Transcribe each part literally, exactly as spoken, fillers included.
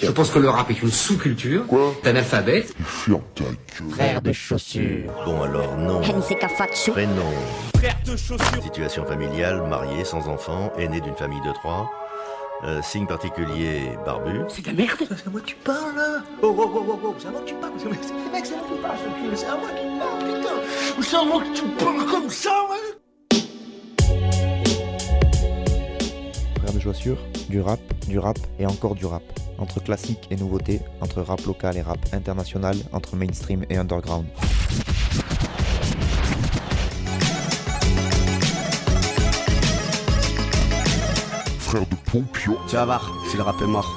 Je pense que le rap est une sous-culture. Quoi? T'es analphabète. Ferme ta gueule. Frère de chaussures. Bon alors non. Henseka Fatchou. Prénom. Frère de chaussures. Situation familiale, marié, sans enfant, aîné d'une famille de trois. Euh, signe particulier, barbu. C'est de la merde. C'est à moi que tu parles là. Oh oh oh oh oh, c'est à moi que tu parles. C'est mec, c'est à moi que tu parles, ce cul. C'est à moi que tu parles, putain. C'est à moi que tu parles comme ça, ouais. Frère de chaussures, du rap, du rap et encore du rap. Entre classique et nouveauté, entre rap local et rap international, entre mainstream et underground. Frère de Pompion. Tu vas voir, si le rap est mort.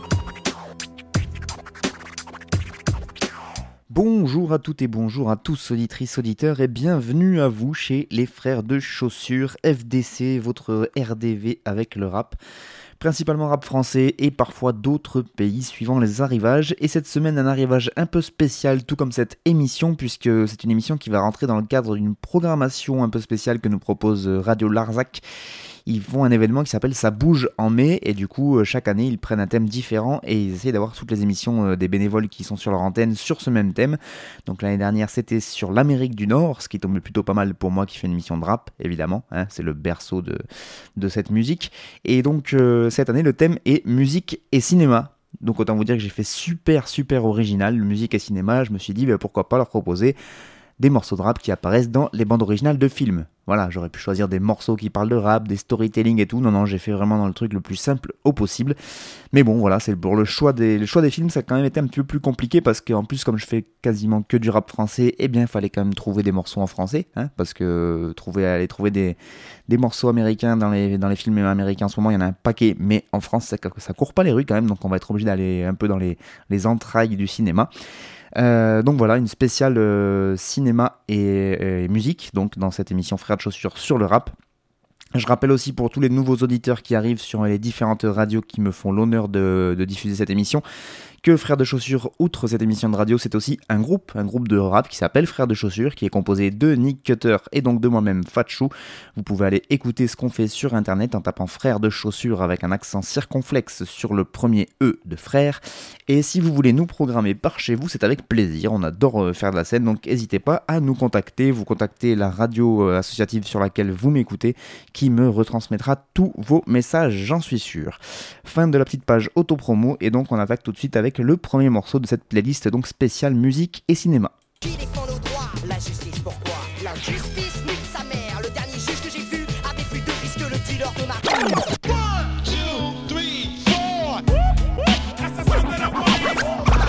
Bonjour à toutes et bonjour à tous, auditrices, auditeurs, et bienvenue à vous chez les Frères de Chaussures, F D C, votre R D V avec le rap. Principalement rap français et parfois d'autres pays suivant les arrivages. Et cette semaine, un arrivage un peu spécial, tout comme cette émission, puisque c'est une émission qui va rentrer dans le cadre d'une programmation un peu spéciale que nous propose Radio Larzac. Ils font un événement qui s'appelle Ça bouge en mai, et du coup chaque année ils prennent un thème différent et ils essayent d'avoir toutes les émissions des bénévoles qui sont sur leur antenne sur ce même thème. Donc l'année dernière c'était sur l'Amérique du Nord, ce qui tombe plutôt pas mal pour moi qui fais une émission de rap évidemment, hein, c'est le berceau de, de cette musique. Et donc euh, cette année le thème est musique et cinéma. Donc autant vous dire que j'ai fait super super original, musique et cinéma. Je me suis dit bah, pourquoi pas leur proposer des morceaux de rap qui apparaissent dans les bandes originales de films. Voilà, j'aurais pu choisir des morceaux qui parlent de rap, des storytelling et tout. Non, non, j'ai fait vraiment dans le truc le plus simple au possible. Mais bon, voilà, c'est pour le choix des, le choix des films, ça a quand même été un petit peu plus compliqué parce qu'en plus, comme je fais quasiment que du rap français, eh bien, il fallait quand même trouver des morceaux en français, hein, parce que trouver, aller trouver des, des morceaux américains dans les, dans les films américains en ce moment, il y en a un paquet, mais en France, ça, ça court pas les rues quand même, donc on va être obligé d'aller un peu dans les, les entrailles du cinéma. Euh, donc voilà, une spéciale euh, cinéma et, et musique, donc dans cette émission Frères de Chaussures sur le rap. Je rappelle aussi pour tous les nouveaux auditeurs qui arrivent sur les différentes radios qui me font l'honneur de, de diffuser cette émission, que Frères de Chaussures, outre cette émission de radio, c'est aussi un groupe, un groupe de rap qui s'appelle Frères de Chaussures, qui est composé de Nick Cutter et donc de moi-même Fatchou. Vous pouvez aller écouter ce qu'on fait sur internet en tapant Frères de Chaussures avec un accent circonflexe sur le premier E de frère. Et si vous voulez nous programmer par chez vous, c'est avec plaisir, on adore faire de la scène, donc n'hésitez pas à nous contacter. Vous contactez la radio associative sur laquelle vous m'écoutez, qui me retransmettra tous vos messages, j'en suis sûr. Fin de la petite page autopromo, et donc on attaque tout de suite avec le premier morceau de cette playlist, donc spéciale musique et cinéma. Qui défend nos droits? La justice, pourquoi? La justice nique sa mère. Le dernier juge que j'ai vu avait plus de risque que le dealer de ma one, two, three, four. Assassin de la police.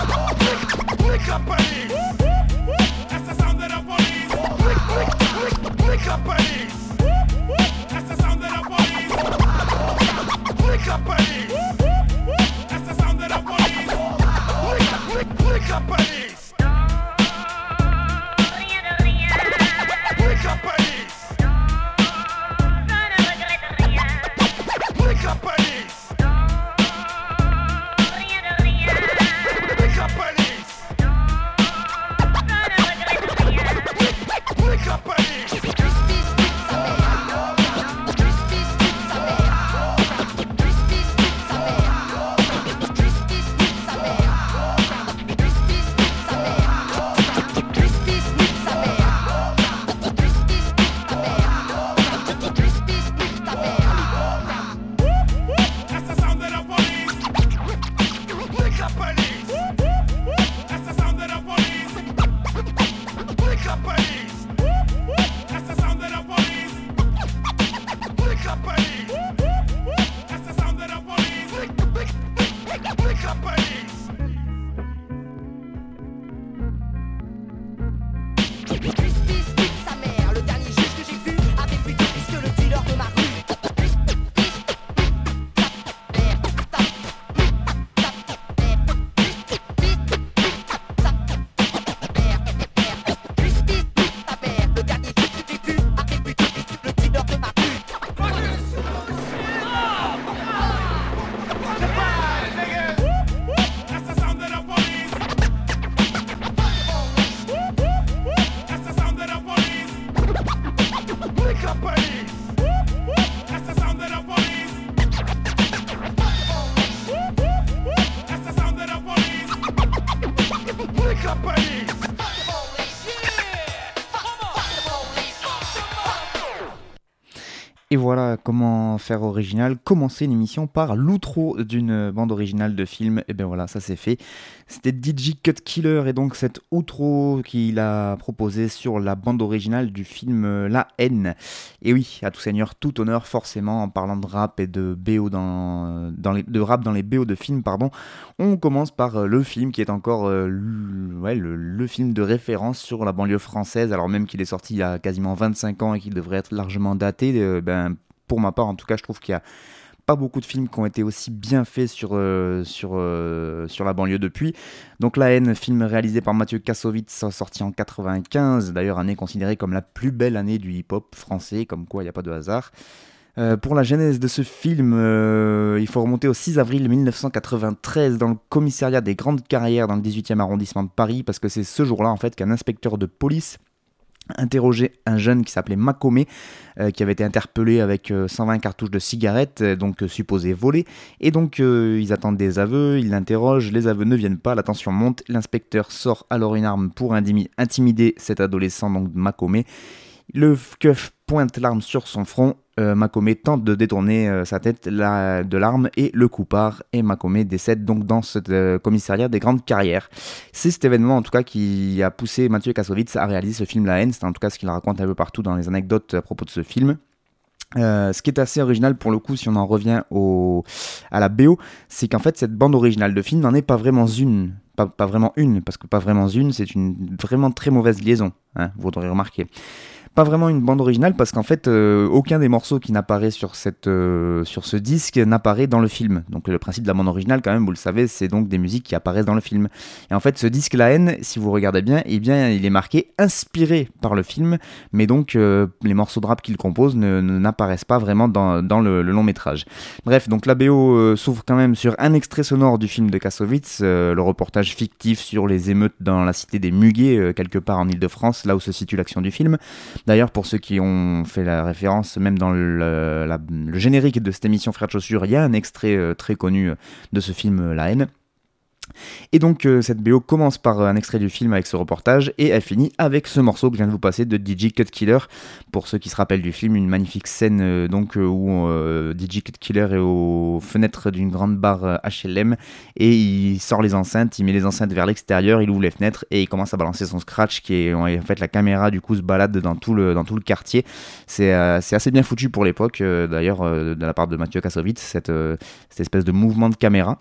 Nique la police. Assassin de la police. Nique la police. Assassin de la police. Nique la police. Nique la police! Nique la the police! Et voilà comment faire original, commencer une émission par l'outro d'une bande originale de film, et bien voilà, ça c'est fait. C'était D J Cut Killer et donc cet outro qu'il a proposé sur la bande originale du film La Haine. Et oui, à tout seigneur, tout honneur forcément, en parlant de rap et de B O dans, dans les, de rap dans les B O de films, pardon, on commence par le film qui est encore euh, le, ouais, le, le film de référence sur la banlieue française, alors même qu'il est sorti il y a quasiment vingt-cinq ans et qu'il devrait être largement daté, euh, ben, pour ma part en tout cas je trouve qu'il y a pas beaucoup de films qui ont été aussi bien faits sur, euh, sur, euh, sur la banlieue depuis. Donc La Haine, film réalisé par Mathieu Kassovitz, sorti en quatre-vingt-quinze, d'ailleurs année considérée comme la plus belle année du hip-hop français, comme quoi il n'y a pas de hasard. Euh, pour la genèse de ce film, euh, il faut remonter au six avril mille neuf cent quatre-vingt-treize dans le commissariat des Grandes Carrières dans le dix-huitième arrondissement de Paris, parce que c'est ce jour-là en fait qu'un inspecteur de police interroger un jeune qui s'appelait Makome, euh, qui avait été interpellé avec euh, cent vingt cartouches de cigarettes, euh, donc euh, supposées volées, et donc euh, ils attendent des aveux, ils l'interrogent, les aveux ne viennent pas, la tension monte, l'inspecteur sort alors une arme pour indimi- intimider cet adolescent, donc Makome. Le keuf pointe l'arme sur son front, euh, Makome tente de détourner euh, sa tête la, de l'arme et le coup part, et Makome décède donc dans ce euh, commissariat des Grandes Carrières. C'est cet événement en tout cas qui a poussé Mathieu Kassovitz à réaliser ce film La Haine, c'est en tout cas ce qu'il raconte un peu partout dans les anecdotes à propos de ce film. Euh, ce qui est assez original pour le coup, si on en revient au, à la B O, c'est qu'en fait cette bande originale de film n'en est pas vraiment une, pas, pas vraiment une, parce que pas vraiment une, c'est une vraiment très mauvaise liaison, hein, vous l'aurez remarqué. Pas vraiment une bande originale parce qu'en fait euh, aucun des morceaux qui n'apparaît sur, cette, euh, sur ce disque n'apparaît dans le film. Donc le principe de la bande originale quand même, vous le savez, c'est donc des musiques qui apparaissent dans le film. Et en fait ce disque La Haine, si vous regardez bien, eh bien il est marqué inspiré par le film, mais donc euh, les morceaux de rap qu'il compose ne, ne, n'apparaissent pas vraiment dans, dans le, le long métrage. Bref, donc la B O euh, s'ouvre quand même sur un extrait sonore du film de Kassovitz, euh, le reportage fictif sur les émeutes dans la cité des Muguets, euh, quelque part en Ile-de-France, là où se situe l'action du film. D'ailleurs, pour ceux qui ont fait la référence, même dans le, la, le générique de cette émission Frères de Chaussures, il y a un extrait euh, très connu de ce film euh, La Haine. Et donc euh, cette B O commence par un extrait du film avec ce reportage et elle finit avec ce morceau que je viens de vous passer de D J Cut Killer. Pour ceux qui se rappellent du film, une magnifique scène euh, donc, euh, où euh, D J Cut Killer est aux fenêtres d'une grande barre euh, H L M et il sort les enceintes, il met les enceintes vers l'extérieur, il ouvre les fenêtres et il commence à balancer son scratch qui est en fait la caméra du coup se balade dans tout le, dans tout le quartier. C'est, euh, c'est assez bien foutu pour l'époque euh, d'ailleurs euh, de la part de Mathieu Kassovitz, cette, euh, cette espèce de mouvement de caméra.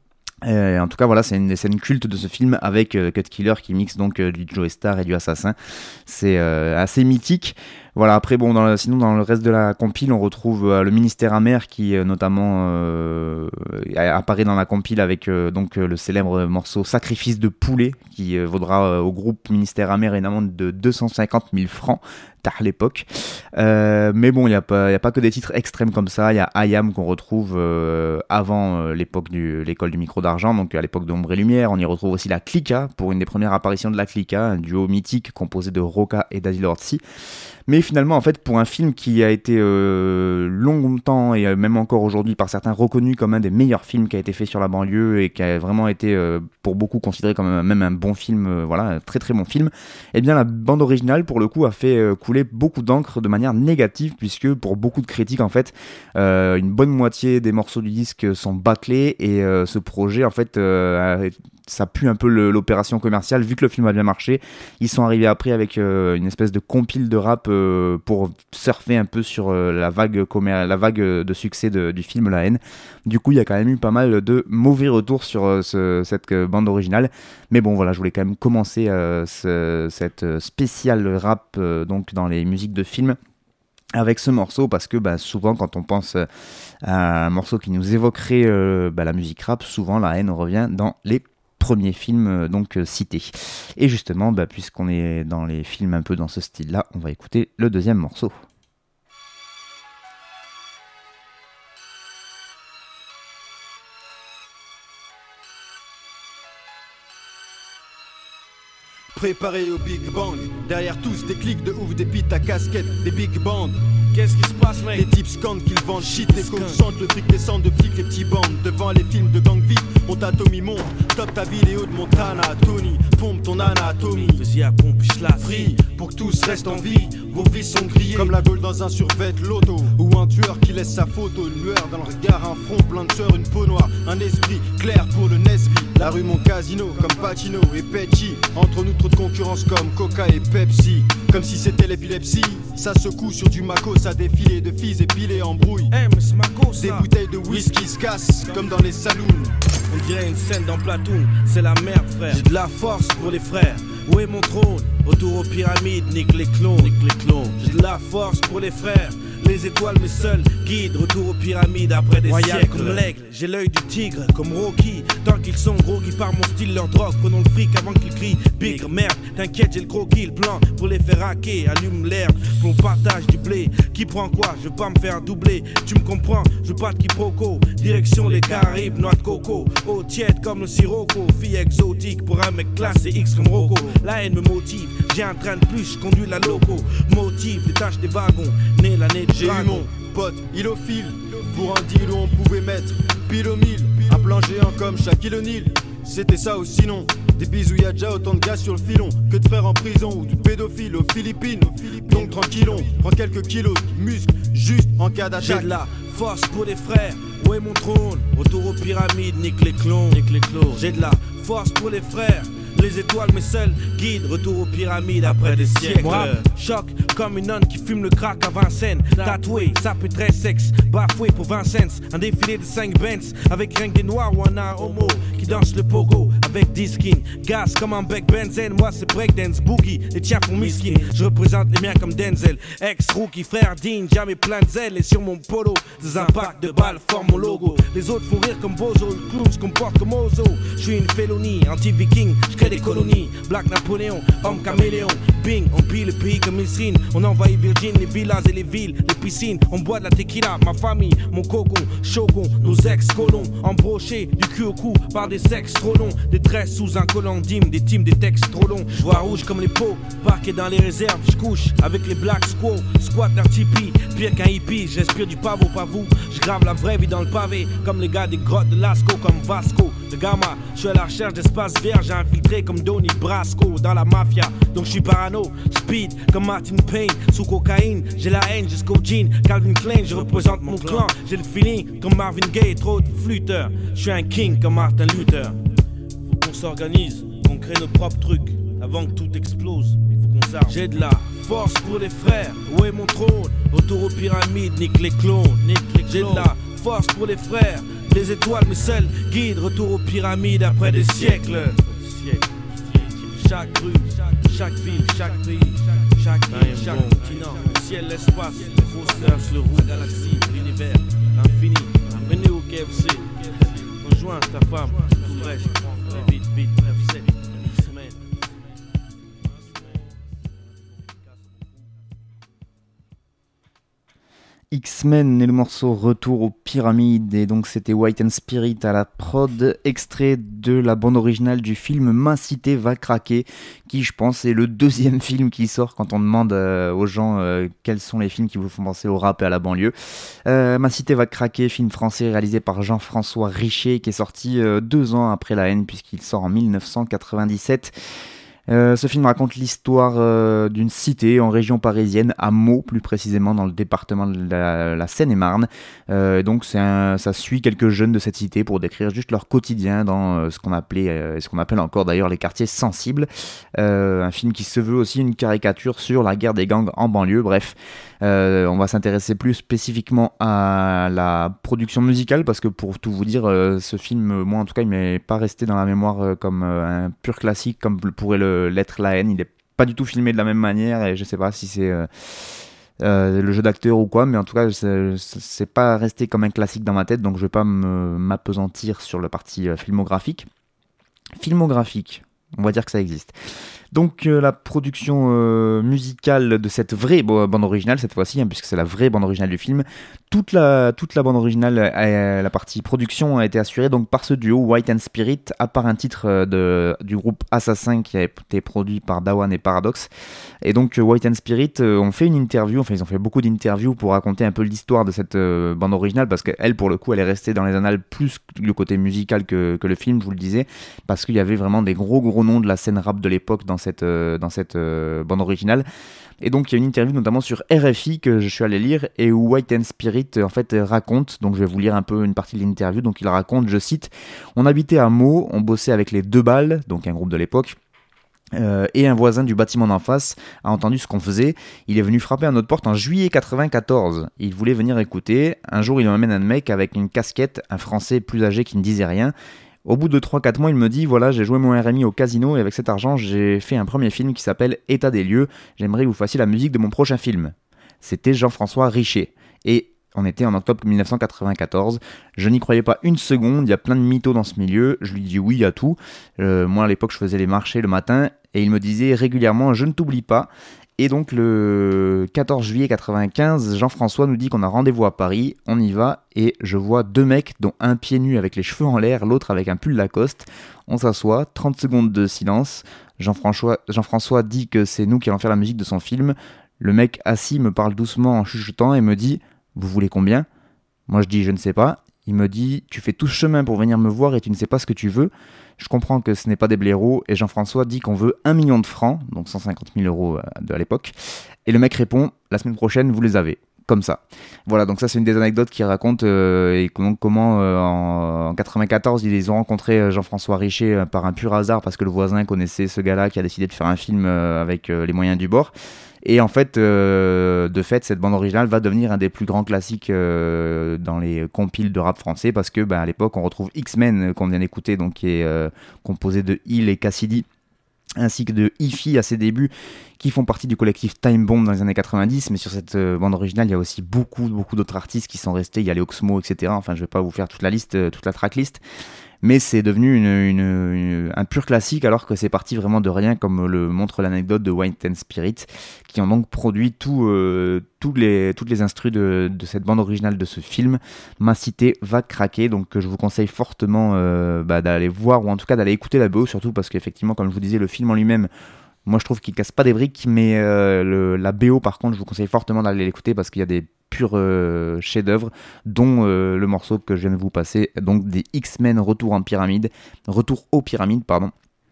Euh, en tout cas voilà, c'est une scène culte de ce film avec euh, Cut Killer qui mixe donc euh, du Joe Star et du Assassin. C'est euh, assez mythique. Voilà, après bon, dans le, sinon dans le reste de la compile, on retrouve euh, le Ministère amer qui euh, notamment euh, apparaît dans la compile avec euh, donc euh, le célèbre morceau Sacrifice de poulet qui euh, vaudra euh, au groupe Ministère amer une amende de deux cent cinquante mille francs à l'époque. Euh, mais bon, il n'y a pas, il y a pas que des titres extrêmes comme ça. Il y a I Am qu'on retrouve euh, avant euh, l'époque de l'école du micro d'argent, donc à l'époque d'Ombre et Lumière. On y retrouve aussi la Clica pour une des premières apparitions de la Clica, un duo mythique composé de Roca et Dazzle Orsi. Mais finalement, en fait, pour un film qui a été euh, longtemps et même encore aujourd'hui par certains reconnu comme un des meilleurs films qui a été fait sur la banlieue et qui a vraiment été euh, pour beaucoup considéré comme un, même un bon film, euh, voilà, un très très bon film, eh bien la bande originale pour le coup a fait euh, couler beaucoup d'encre de manière négative puisque pour beaucoup de critiques en fait, euh, une bonne moitié des morceaux du disque sont bâclés et euh, ce projet en fait euh, a, ça pue un peu le, l'opération commerciale vu que le film a bien marché. Ils sont arrivés après avec euh, une espèce de compile de rap euh, pour surfer un peu sur euh, la vague commer- la vague de succès de, du film La Haine. Du coup, il y a quand même eu pas mal de mauvais retours sur euh, ce, cette euh, bande originale. Mais bon, voilà, je voulais quand même commencer euh, ce, cette spéciale rap euh, donc dans les musiques de films avec ce morceau parce que bah, souvent quand on pense à un morceau qui nous évoquerait euh, bah, la musique rap, souvent La Haine revient dans les premier film euh, donc euh, cité. Et justement, bah, puisqu'on est dans les films un peu dans ce style-là, on va écouter le deuxième morceau. Préparé au Big Bang, derrière tous des clics de ouf, des pites à casquette, des big bands. Qu'est-ce qui se passe, mec? Les types scandent qu'ils vendent shit, les coachs chantent, le truc descend de flics, les petits bandes. Devant les films de gang vite, Mon tatomie monte, top ta vidéo de Montana, Tony, pompe ton anatomie. Vas-y à pompe, je la Free, pour que tous restent en vie, vos vies sont grillées comme la Gaule dans un survêt loto. Ou un tueur qui laisse sa photo, une lueur dans le regard, un front plein de sueur, une peau noire, un esprit clair pour le Nesby. La rue mon casino, comme Pacino et Pecci. Entre nous trop de concurrence comme Coca et Pepsi. Comme si c'était l'épilepsie, ça secoue sur du Mako, ça défilé de filles épilées en brouille. Eh mais c'est Mako ça. Des bouteilles de whisky se cassent comme dans les saloons. On dirait une scène dans Platoon, c'est la merde frère. J'ai de la force pour les frères. Où est mon trône? Autour aux pyramides, nique les clones, nique les clones. J'ai de la force pour les frères. Les étoiles mes seuls guides, retour aux pyramides après des Royal siècles. Comme l'aigle, j'ai l'œil du tigre, comme Rocky. Tant qu'ils sont gros, qui par mon style leur drogue. Prenons le fric avant qu'ils crient bigre, merde. T'inquiète, j'ai le croquis, le plan pour les faire hacker. Allume l'air, qu'on partage du blé. Qui prend quoi? Je veux pas me faire doubler. Tu me comprends? Je veux pas de quiproquo. Direction les Caraïbes, noix de coco. Eau tiède comme le sirocco. Fille exotique pour un mec classe et X comme Rocco. La haine me motive, j'ai un train de plus, je conduis la loco. Motive, détache des wagons, né l'année de J'ai eu mon pote ilophile. Pour un deal où on pouvait mettre pile au mille. Un plan géant comme Shaquille O'Neal. C'était ça ou sinon des bisous, y'a déjà autant de gars sur le filon que de frères en prison ou de pédophiles aux Philippines. Donc tranquillon, prends quelques kilos de muscles juste en cas d'attaque. J'ai de la force pour les frères, où est mon trône? Retour aux pyramides, nique les clones, nique les clones. J'ai de la force pour les frères. Les étoiles mes seuls guides, retour aux pyramides après des siècles. Moi, choc comme une nonne qui fume le crack à Vincennes. Tatoué, ça peut très sexe, bafoué pour vingt cents. Un défilé de cinq Benz, avec rien que des noirs ou un, un homo qui danse le pogo avec dix skins. Gaz comme un bec benzène, moi c'est breakdance, boogie. Les tiens font miskin, je représente les miens comme Denzel. Ex-rookie, frère digne, jamais plein de zèle. Et sur mon polo, des impacts de balles forment mon logo. Les autres font rire comme Bozo, le clown se comporte comme Ozo. Je suis une félonie, anti-viking, je des colonies, Black Napoléon, homme caméléon, bing, on pille le pays comme Misrine, on envahit Virgin, les villas et les villes, les piscines, on boit de la tequila, ma famille, mon cocon, shogun, nos ex-colons, embrochés du cul au cou par des sexes trop longs, des tresses sous un collant d'hymne, des teams, des textes trop longs, je vois rouge comme les pots, parqué dans les réserves, je couche avec les Black Squaw, squat d'un tipi, pire qu'un hippie, j'inspire du pavot, pas vous, je grave la vraie vie dans le pavé, comme les gars des grottes de Lascaux, comme Vasco, de Gama, je suis à la recherche d'espace vert, j'ai infiltré comme Donnie Brasco dans la mafia, donc je suis parano, speed comme Martin Payne, sous cocaïne, j'ai la haine jusqu'au jean, Calvin Klein, je représente mon clan, j'ai le feeling comme Marvin Gaye, trop de flûteurs, je suis un king comme Martin Luther. Faut qu'on s'organise, qu'on crée nos propres trucs, avant que tout explose, il faut qu'on s'arme. J'ai de la force pour les frères, où est mon trône? Autour aux pyramides, nique les clones, nique les clones. J'ai de la force pour les frères, les étoiles mes seuls guides, retour aux pyramides après des siècles. Chaque rue, chaque ville, chaque pays, chaque île, chaque continent, le ciel, l'espace, le grosseur, le roux, la galaxie, l'univers, l'infini. Venez au K F C, rejoins ta femme, tout le reste, vite, vite, neuf sept, semaine. X-Men et le morceau Retour aux pyramides, et donc c'était White and Spirit à la prod, extrait de la bande originale du film Ma cité va craquer, qui je pense est le deuxième film qui sort quand on demande euh, aux gens euh, quels sont les films qui vous font penser au rap et à la banlieue. Euh, Ma cité va craquer, film français réalisé par Jean-François Richer, qui est sorti euh, deux ans après La haine, puisqu'il sort en dix-neuf cent quatre-vingt-dix-sept. Euh, ce film raconte l'histoire euh, d'une cité en région parisienne, à Meaux plus précisément, dans le département de la, la Seine-et-Marne. Euh, donc c'est un, ça suit quelques jeunes de cette cité pour décrire juste leur quotidien dans euh, ce qu'on appelait, euh, ce qu'on appelle encore d'ailleurs les quartiers sensibles. Euh, un film qui se veut aussi une caricature sur la guerre des gangs en banlieue. Bref, euh, on va s'intéresser plus spécifiquement à la production musicale, parce que pour tout vous dire, euh, ce film, moi en tout cas, il m'est pas resté dans la mémoire euh, comme euh, un pur classique comme pourrait le l'être La haine. Il est pas du tout filmé de la même manière, et je sais pas si c'est euh, euh, le jeu d'acteur ou quoi, mais en tout cas c'est, c'est pas resté comme un classique dans ma tête, donc je vais pas me, m'apesantir sur la partie euh, filmographique filmographique on va dire que ça existe. Donc euh, la production euh, musicale de cette vraie bo- bande originale, cette fois-ci, hein, puisque c'est la vraie bande originale du film, toute la, toute la bande originale, euh, la partie production a été assurée donc, par ce duo White and Spirit, à part un titre euh, de, du groupe Assassin qui a été produit par Dawan et Paradox. Et donc euh, White and Spirit euh, ont fait une interview, enfin ils ont fait beaucoup d'interviews pour raconter un peu l'histoire de cette euh, bande originale, parce qu'elle, pour le coup, elle est restée dans les annales plus le côté musical que, que le film, je vous le disais, parce qu'il y avait vraiment des gros gros noms de la scène rap de l'époque dans cette, euh, dans cette euh, bande originale. Et donc il y a une interview notamment sur R F I que je suis allé lire et où White and Spirit en fait raconte, donc je vais vous lire un peu une partie de l'interview. Donc il raconte, je cite: on habitait à Meaux, on bossait avec les Deux Balles, donc un groupe de l'époque. Euh, et un voisin du bâtiment d'en face a entendu ce qu'on faisait. Il est venu frapper à notre porte en juillet quatre-vingt-quatorze. Il voulait venir écouter. Un jour, il m'amène un mec avec une casquette, un Français plus âgé qui ne disait rien. Au bout de trois quatre mois, il me dit: voilà, j'ai joué mon R M I au casino et avec cet argent, j'ai fait un premier film qui s'appelle État des lieux. J'aimerais que vous fassiez la musique de mon prochain film. C'était Jean-François Richer. Et on était en octobre dix-neuf cent quatre-vingt-quatorze. Je n'y croyais pas une seconde. Il y a plein de mythos dans ce milieu. Je lui dis oui à tout. Euh, moi, à l'époque, je faisais les marchés le matin et il me disait régulièrement: je ne t'oublie pas. Et donc, le quatorze juillet quatre-vingt-quinze, Jean-François nous dit qu'on a rendez-vous à Paris. On y va et je vois deux mecs, dont un pieds nus avec les cheveux en l'air, l'autre avec un pull Lacoste. On s'assoit, trente secondes de silence. Jean-François, Jean-François dit que c'est nous qui allons faire la musique de son film. Le mec assis me parle doucement en chuchotant et me dit: vous voulez combien ? Moi je dis: je ne sais pas. Il me dit: tu fais tout ce chemin pour venir me voir et tu ne sais pas ce que tu veux. Je comprends que ce n'est pas des blaireaux et Jean-François dit qu'on veut un million de francs, donc cent cinquante mille euros de à l'époque. Et le mec répond: la semaine prochaine vous les avez. Comme ça. Voilà, donc ça c'est une des anecdotes qui raconte euh, et donc, comment euh, en, en quatre-vingt-quatorze ils ont rencontré Jean-François Richer euh, par un pur hasard parce que le voisin connaissait ce gars-là qui a décidé de faire un film euh, avec euh, les moyens du bord. Et en fait, euh, de fait, cette bande originale va devenir un des plus grands classiques euh, dans les compiles de rap français parce que bah, à l'époque, on retrouve X-Men euh, qu'on vient d'écouter, donc qui est euh, composé de Hill et Cassidy, ainsi que de Hi-Fi à ses débuts, qui font partie du collectif Time Bomb dans les années quatre-vingt-dix. Mais sur cette euh, bande originale, il y a aussi beaucoup, beaucoup d'autres artistes qui sont restés. Il y a les Oxmo, et cetera. Enfin, je ne vais pas vous faire toute la liste, euh, toute la tracklist. Mais c'est devenu une, une, une, un pur classique alors que c'est parti vraiment de rien, comme le montre l'anecdote de White and Spirit, qui ont donc produit tout, euh, tous les, toutes les instrus de, de cette bande originale de ce film. Ma cité va craquer, donc je vous conseille fortement euh, bah, d'aller voir, ou en tout cas d'aller écouter la B O, surtout parce qu'effectivement, comme je vous disais, le film en lui-même, moi je trouve qu'il casse pas des briques, mais euh, le, la B O par contre, je vous conseille fortement d'aller l'écouter parce qu'il y a des purs euh, chefs-d'œuvre, dont euh, le morceau que je viens de vous passer, donc des X-Men Retour en pyramide, Retour aux pyramides, pardon.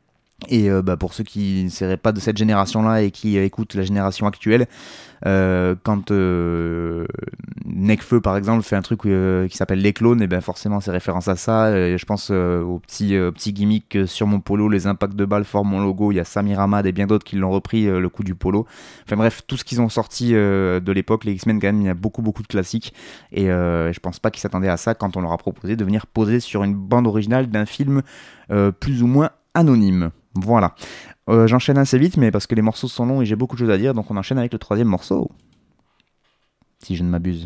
Et euh, bah, pour ceux qui ne seraient pas de cette génération-là et qui euh, écoutent la génération actuelle, euh, quand euh, Nekfeu par exemple fait un truc euh, qui s'appelle Les Clones, et ben forcément c'est référence à ça. Et je pense euh, au petit euh, petit gimmick euh, sur mon polo, les impacts de balles forment mon logo. Il y a Samir Hamad et bien d'autres qui l'ont repris, euh, le coup du polo. Enfin bref, tout ce qu'ils ont sorti euh, de l'époque, les X-Men, quand même, il y a beaucoup beaucoup de classiques. Et euh, je pense pas qu'ils s'attendaient à ça quand on leur a proposé de venir poser sur une bande originale d'un film euh, plus ou moins anonyme. Voilà, euh, j'enchaîne assez vite, mais parce que les morceaux sont longs et j'ai beaucoup de choses à dire, donc on enchaîne avec le troisième morceau, si je ne m'abuse.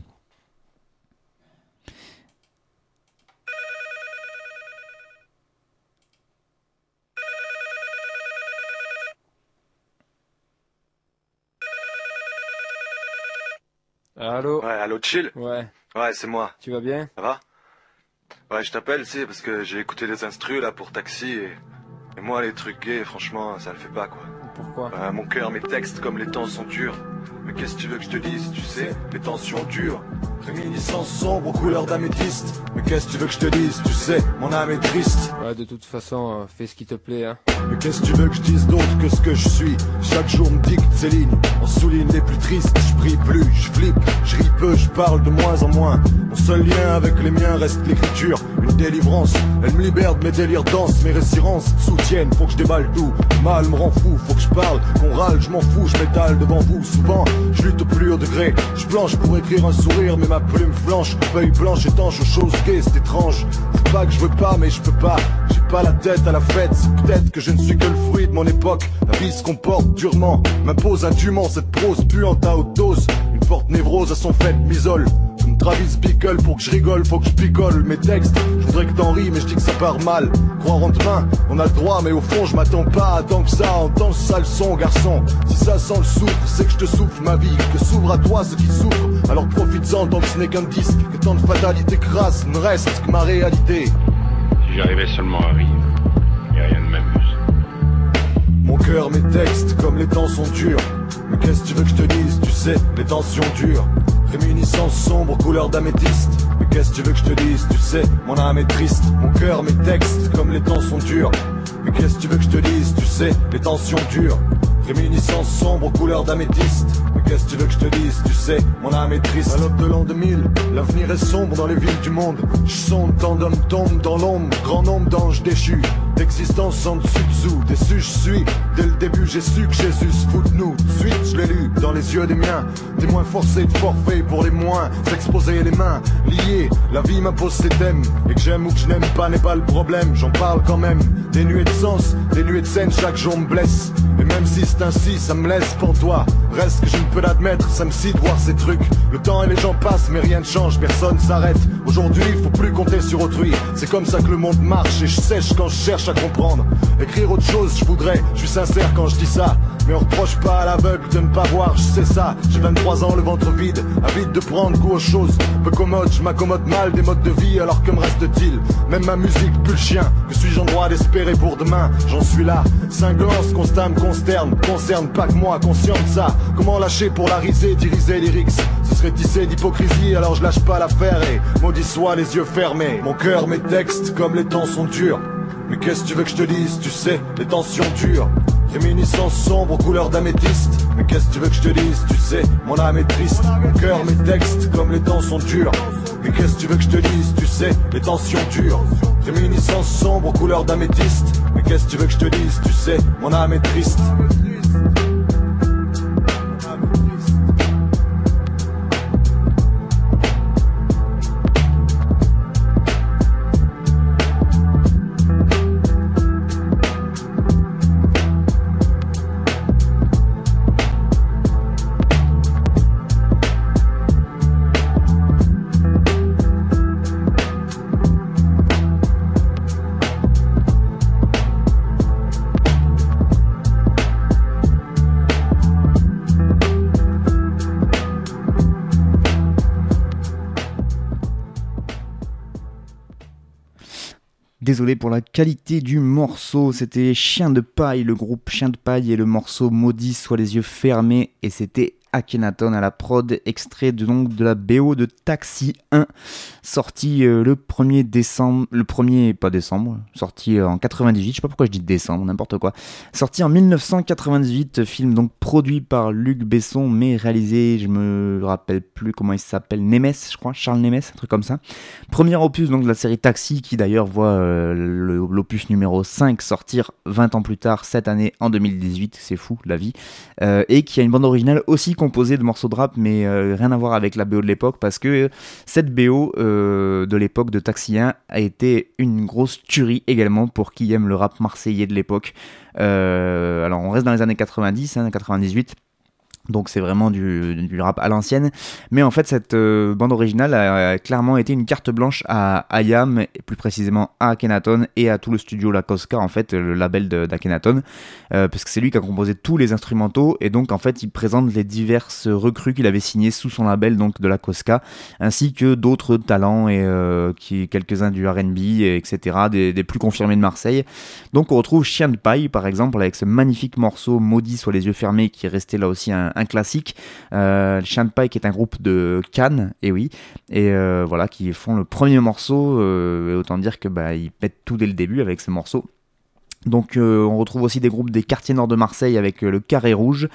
Allô? Ouais, allô, chill? Ouais. Ouais, c'est moi. Tu vas bien? Ça va? Ouais, je t'appelle, c'est parce que j'ai écouté les instrus là pour Taxi et... Et moi, les trucs gays, franchement, ça le fait pas, quoi. Pourquoi? euh, Mon cœur, mes textes, comme les temps sont durs. Mais qu'est-ce que tu veux que je te dise, tu sais, les tensions durent. Réminiscence sombre aux couleurs d'améthyste. Mais qu'est-ce que tu veux que je te dise, tu sais, mon âme est triste. Ouais, de toute façon, euh, fais ce qui te plaît, hein. Mais qu'est-ce que tu veux que je dise d'autre que ce que je suis? Chaque jour me dicte ces lignes, on souligne les plus tristes. Je prie plus, je flippe, je ris peu, je parle de moins en moins. Mon seul lien avec les miens reste l'écriture, une délivrance. Elle me libère de mes délires denses, mes résirances soutiennent, faut que je déballe tout. Mal me rend fou, faut que je parle, qu'on râle, je m'en fous, je m'étale devant vous. Souvent, je lutte au plus haut degré, je planche pour écrire un sourire, mais ma plume flanche, feuille blanche étanche aux choses gays, c'est étrange. C'est pas que je veux pas, mais je peux pas, j'ai pas la tête à la fête, c'est peut-être que je ne suis que le fruit de mon époque. La vie se comporte durement, m'impose indûment cette prose puante à haute dose. Une forte névrose à son fait m'isole, comme Travis Bickle. Pour que je rigole, faut que je picole mes textes. Je voudrais que t'en ris, mais je dis que ça part mal. Croire en demain, on a le droit, mais au fond je m'attends pas à tant que ça. Entends ce sale son, garçon. Si ça sent le souffle, c'est que je te souffle ma vie. Que s'ouvre à toi ceux qui souffrent. Alors profites-en tant que ce n'est qu'un disque. Que tant de fatalité crasse, ne reste que ma réalité. Si j'arrivais seulement à rire, et rien ne m'amuse. Mon cœur, mes textes, comme les temps sont durs. Mais qu'est-ce que tu veux que je te dise, tu sais, les tensions durent. Réminiscence sombre, couleur d'améthyste. Mais qu'est-ce que tu veux que je te dise, tu sais, mon âme est triste. Mon cœur, mes textes, comme les temps sont durs. Mais qu'est-ce que tu veux que je te dise, tu sais, les tensions durent. Réminiscence sombre, couleur d'améthyste. Mais qu'est-ce que tu veux que je te dise, tu sais, mon âme est triste. À l'aube de l'an deux mille, l'avenir est sombre dans les villes du monde. Je sonde, tant d'hommes tombent dans l'ombre. Grand nombre d'anges déchus, d'existence en dessus-dessous. Déçu je suis, dès le début j'ai su que Jésus se fout de nous. Suite je l'ai lu, dans les yeux des miens. Témoins forcés de forfait pour les moins. S'exposer les mains, liées, la vie m'impose ses thèmes. Et que j'aime ou que je n'aime pas n'est pas le problème. J'en parle quand même, des nuées de sens, des nuées de scène, chaque jour me blesse. Et même si c'est ainsi, ça me laisse pantois. Reste que je ne peux l'admettre, ça me scie de voir ces trucs. Le temps et les gens passent, mais rien ne change, personne s'arrête. Aujourd'hui, faut plus compter sur autrui. C'est comme ça que le monde marche, et je sèche quand je cherche à comprendre. Écrire autre chose, je voudrais, je suis sincère quand je dis ça. Mais on reproche pas à l'aveugle de ne pas voir, je sais ça. J'ai vingt-trois ans, le ventre vide, avide de prendre goût aux choses. Peu commode, je m'accommode mal des modes de vie, alors que me reste-t-il? Même ma musique pue le chien, que suis-je en droit d'espérer pour demain? J'en suis là, cinglance, constat me consterne. Concerne pas que moi, conscient de ça. Comment lâcher pour la riser, diriger lyrics? Ce serait tissé d'hypocrisie, alors je lâche pas l'affaire et maudit soit les yeux fermés. Mon cœur, mes textes, comme les temps sont durs. Mais qu'est-ce que tu veux que je te dise, tu sais, les tensions durent. Réminiscence sombre, couleur d'améthyste. Mais qu'est-ce que tu veux que je te dise, tu sais, mon âme est triste. Mon cœur, mes textes, comme les temps sont durs. Mais qu'est-ce que tu veux que je te dise, tu sais, les tensions durent. Réminiscence sombre, couleur d'améthyste. Mais qu'est-ce que tu veux que je te dise, tu sais, mon âme est triste. Désolé pour la qualité du morceau, c'était Chien de Paille, le groupe Chien de Paille et le morceau Maudit soit les yeux fermés, et c'était Akhenaton à la prod, extrait de, donc, de la B O de Taxi un, sorti euh, le premier décembre, le premier, pas décembre, sorti euh, en quatre-vingt-dix-huit, je sais pas pourquoi je dis décembre, n'importe quoi, sorti en mille neuf cent quatre-vingt-dix-huit, film donc produit par Luc Besson, mais réalisé, je me rappelle plus comment il s'appelle, Nemes, je crois, Charles Nemes, un truc comme ça. Premier opus donc de la série Taxi, qui d'ailleurs voit euh, le, l'opus numéro cinq sortir vingt ans plus tard, cette année, en deux mille dix-huit, c'est fou, la vie, euh, et qui a une bande originale aussi composé de morceaux de rap, mais euh, rien à voir avec la B O de l'époque, parce que cette B O euh, de l'époque de Taxi un a été une grosse tuerie également pour qui aime le rap marseillais de l'époque. Euh, alors on reste dans les années quatre-vingt-dix, hein, quatre-vingt-dix-huit. Donc c'est vraiment du, du rap à l'ancienne, mais en fait cette euh, bande originale a, a clairement été une carte blanche à IAM, et plus précisément à Akhenaton et à tout le studio La Cosca, en fait le label de, d'Akhenaton, euh, parce que c'est lui qui a composé tous les instrumentaux, et donc en fait il présente les diverses recrues qu'il avait signées sous son label donc de La Cosca, ainsi que d'autres talents et euh, qui, quelques-uns du R and B, et etc, des, des plus confirmés de Marseille. Donc on retrouve Chien de Paille par exemple avec ce magnifique morceau Maudit soit les yeux fermés, qui est resté là aussi un un classique, euh, Chien de Paille qui est un groupe de Cannes, et oui, et euh, voilà, qui font le premier morceau, euh, et autant dire que bah, ils pètent tout dès le début avec ce morceau. Donc euh, on retrouve aussi des groupes des quartiers nord de Marseille avec euh, le Carré Rouge,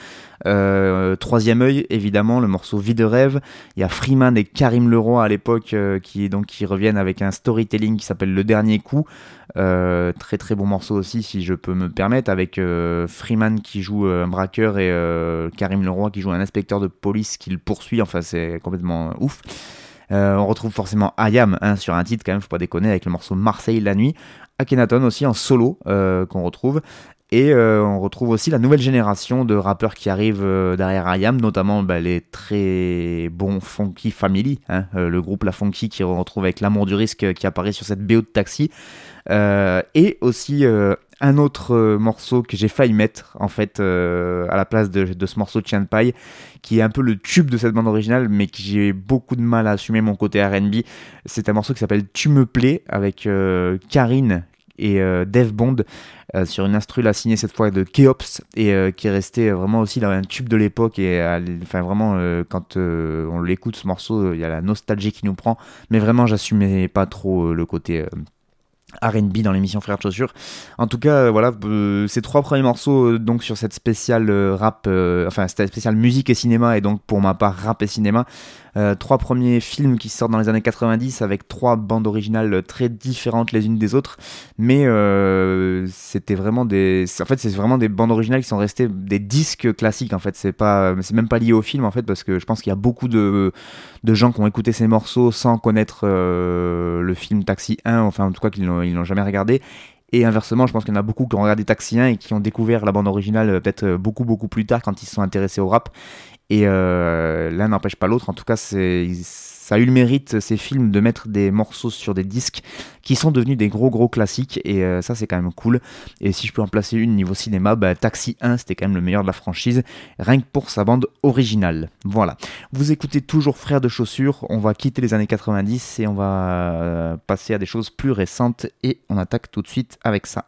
euh, Troisième Œil évidemment, le morceau Vie de rêve. Il y a Freeman et Karim Leroy à l'époque euh, qui, donc, qui reviennent avec un storytelling qui s'appelle Le Dernier Coup, euh, très très bon morceau aussi si je peux me permettre, avec euh, Freeman qui joue un braqueur et euh, Karim Leroy qui joue un inspecteur de police qui le poursuit, enfin c'est complètement ouf. Euh, on retrouve forcément IAM hein, sur un titre quand même, faut pas déconner, avec le morceau Marseille la nuit. Akhenaton aussi en solo euh, qu'on retrouve, Et euh, on retrouve aussi la nouvelle génération de rappeurs qui arrivent euh, derrière I A M, notamment bah, les très bons Funky Family, hein, euh, le groupe La Funky qui on retrouve avec L'amour du risque euh, qui apparaît sur cette B O de Taxi. Euh, et aussi euh, un autre euh, morceau que j'ai failli mettre en fait euh, à la place de, de ce morceau de Chien de Paille, qui est un peu le tube de cette bande originale, mais que j'ai beaucoup de mal à assumer mon côté R and B. C'est un morceau qui s'appelle Tu me plais avec euh, Karine et euh, Dave Bond euh, sur une instru là signée cette fois de Keops et euh, qui est resté vraiment aussi là, un tube de l'époque et euh, enfin vraiment euh, quand euh, on l'écoute ce morceau, il euh, y a la nostalgie qui nous prend, mais vraiment j'assumais pas trop euh, le côté euh, R and B dans l'émission Frères de Chaussures. En tout cas, euh, voilà, euh, ces trois premiers morceaux euh, donc sur cette spéciale euh, rap, euh, enfin cette spéciale musique et cinéma et donc pour ma part rap et cinéma. Euh, trois premiers films qui sortent dans les années quatre-vingt-dix avec trois bandes originales très différentes les unes des autres, mais euh, c'était vraiment des, en fait c'est vraiment des bandes originales qui sont restées des disques classiques en fait. C'est pas, c'est même pas lié au film en fait parce que je pense qu'il y a beaucoup de de gens qui ont écouté ces morceaux sans connaître euh, le film Taxi un, enfin en tout cas qu'ils l'ont, ils l'ont jamais regardé. Et inversement, je pense qu'il y en a beaucoup qui ont regardé Taxi un et qui ont découvert la bande originale peut-être beaucoup beaucoup plus tard quand ils se sont intéressés au rap. Et euh, l'un n'empêche pas l'autre. En tout cas, c'est, ça a eu le mérite, ces films, de mettre des morceaux sur des disques qui sont devenus des gros gros classiques. Et euh, ça, c'est quand même cool. Et si je peux en placer une niveau cinéma, bah, Taxi un, c'était quand même le meilleur de la franchise, rien que pour sa bande originale. Voilà. Vous écoutez toujours Frères de Chaussures. On va quitter les années quatre-vingt-dix et on va euh, passer à des choses plus récentes. Et on attaque tout de suite avec ça.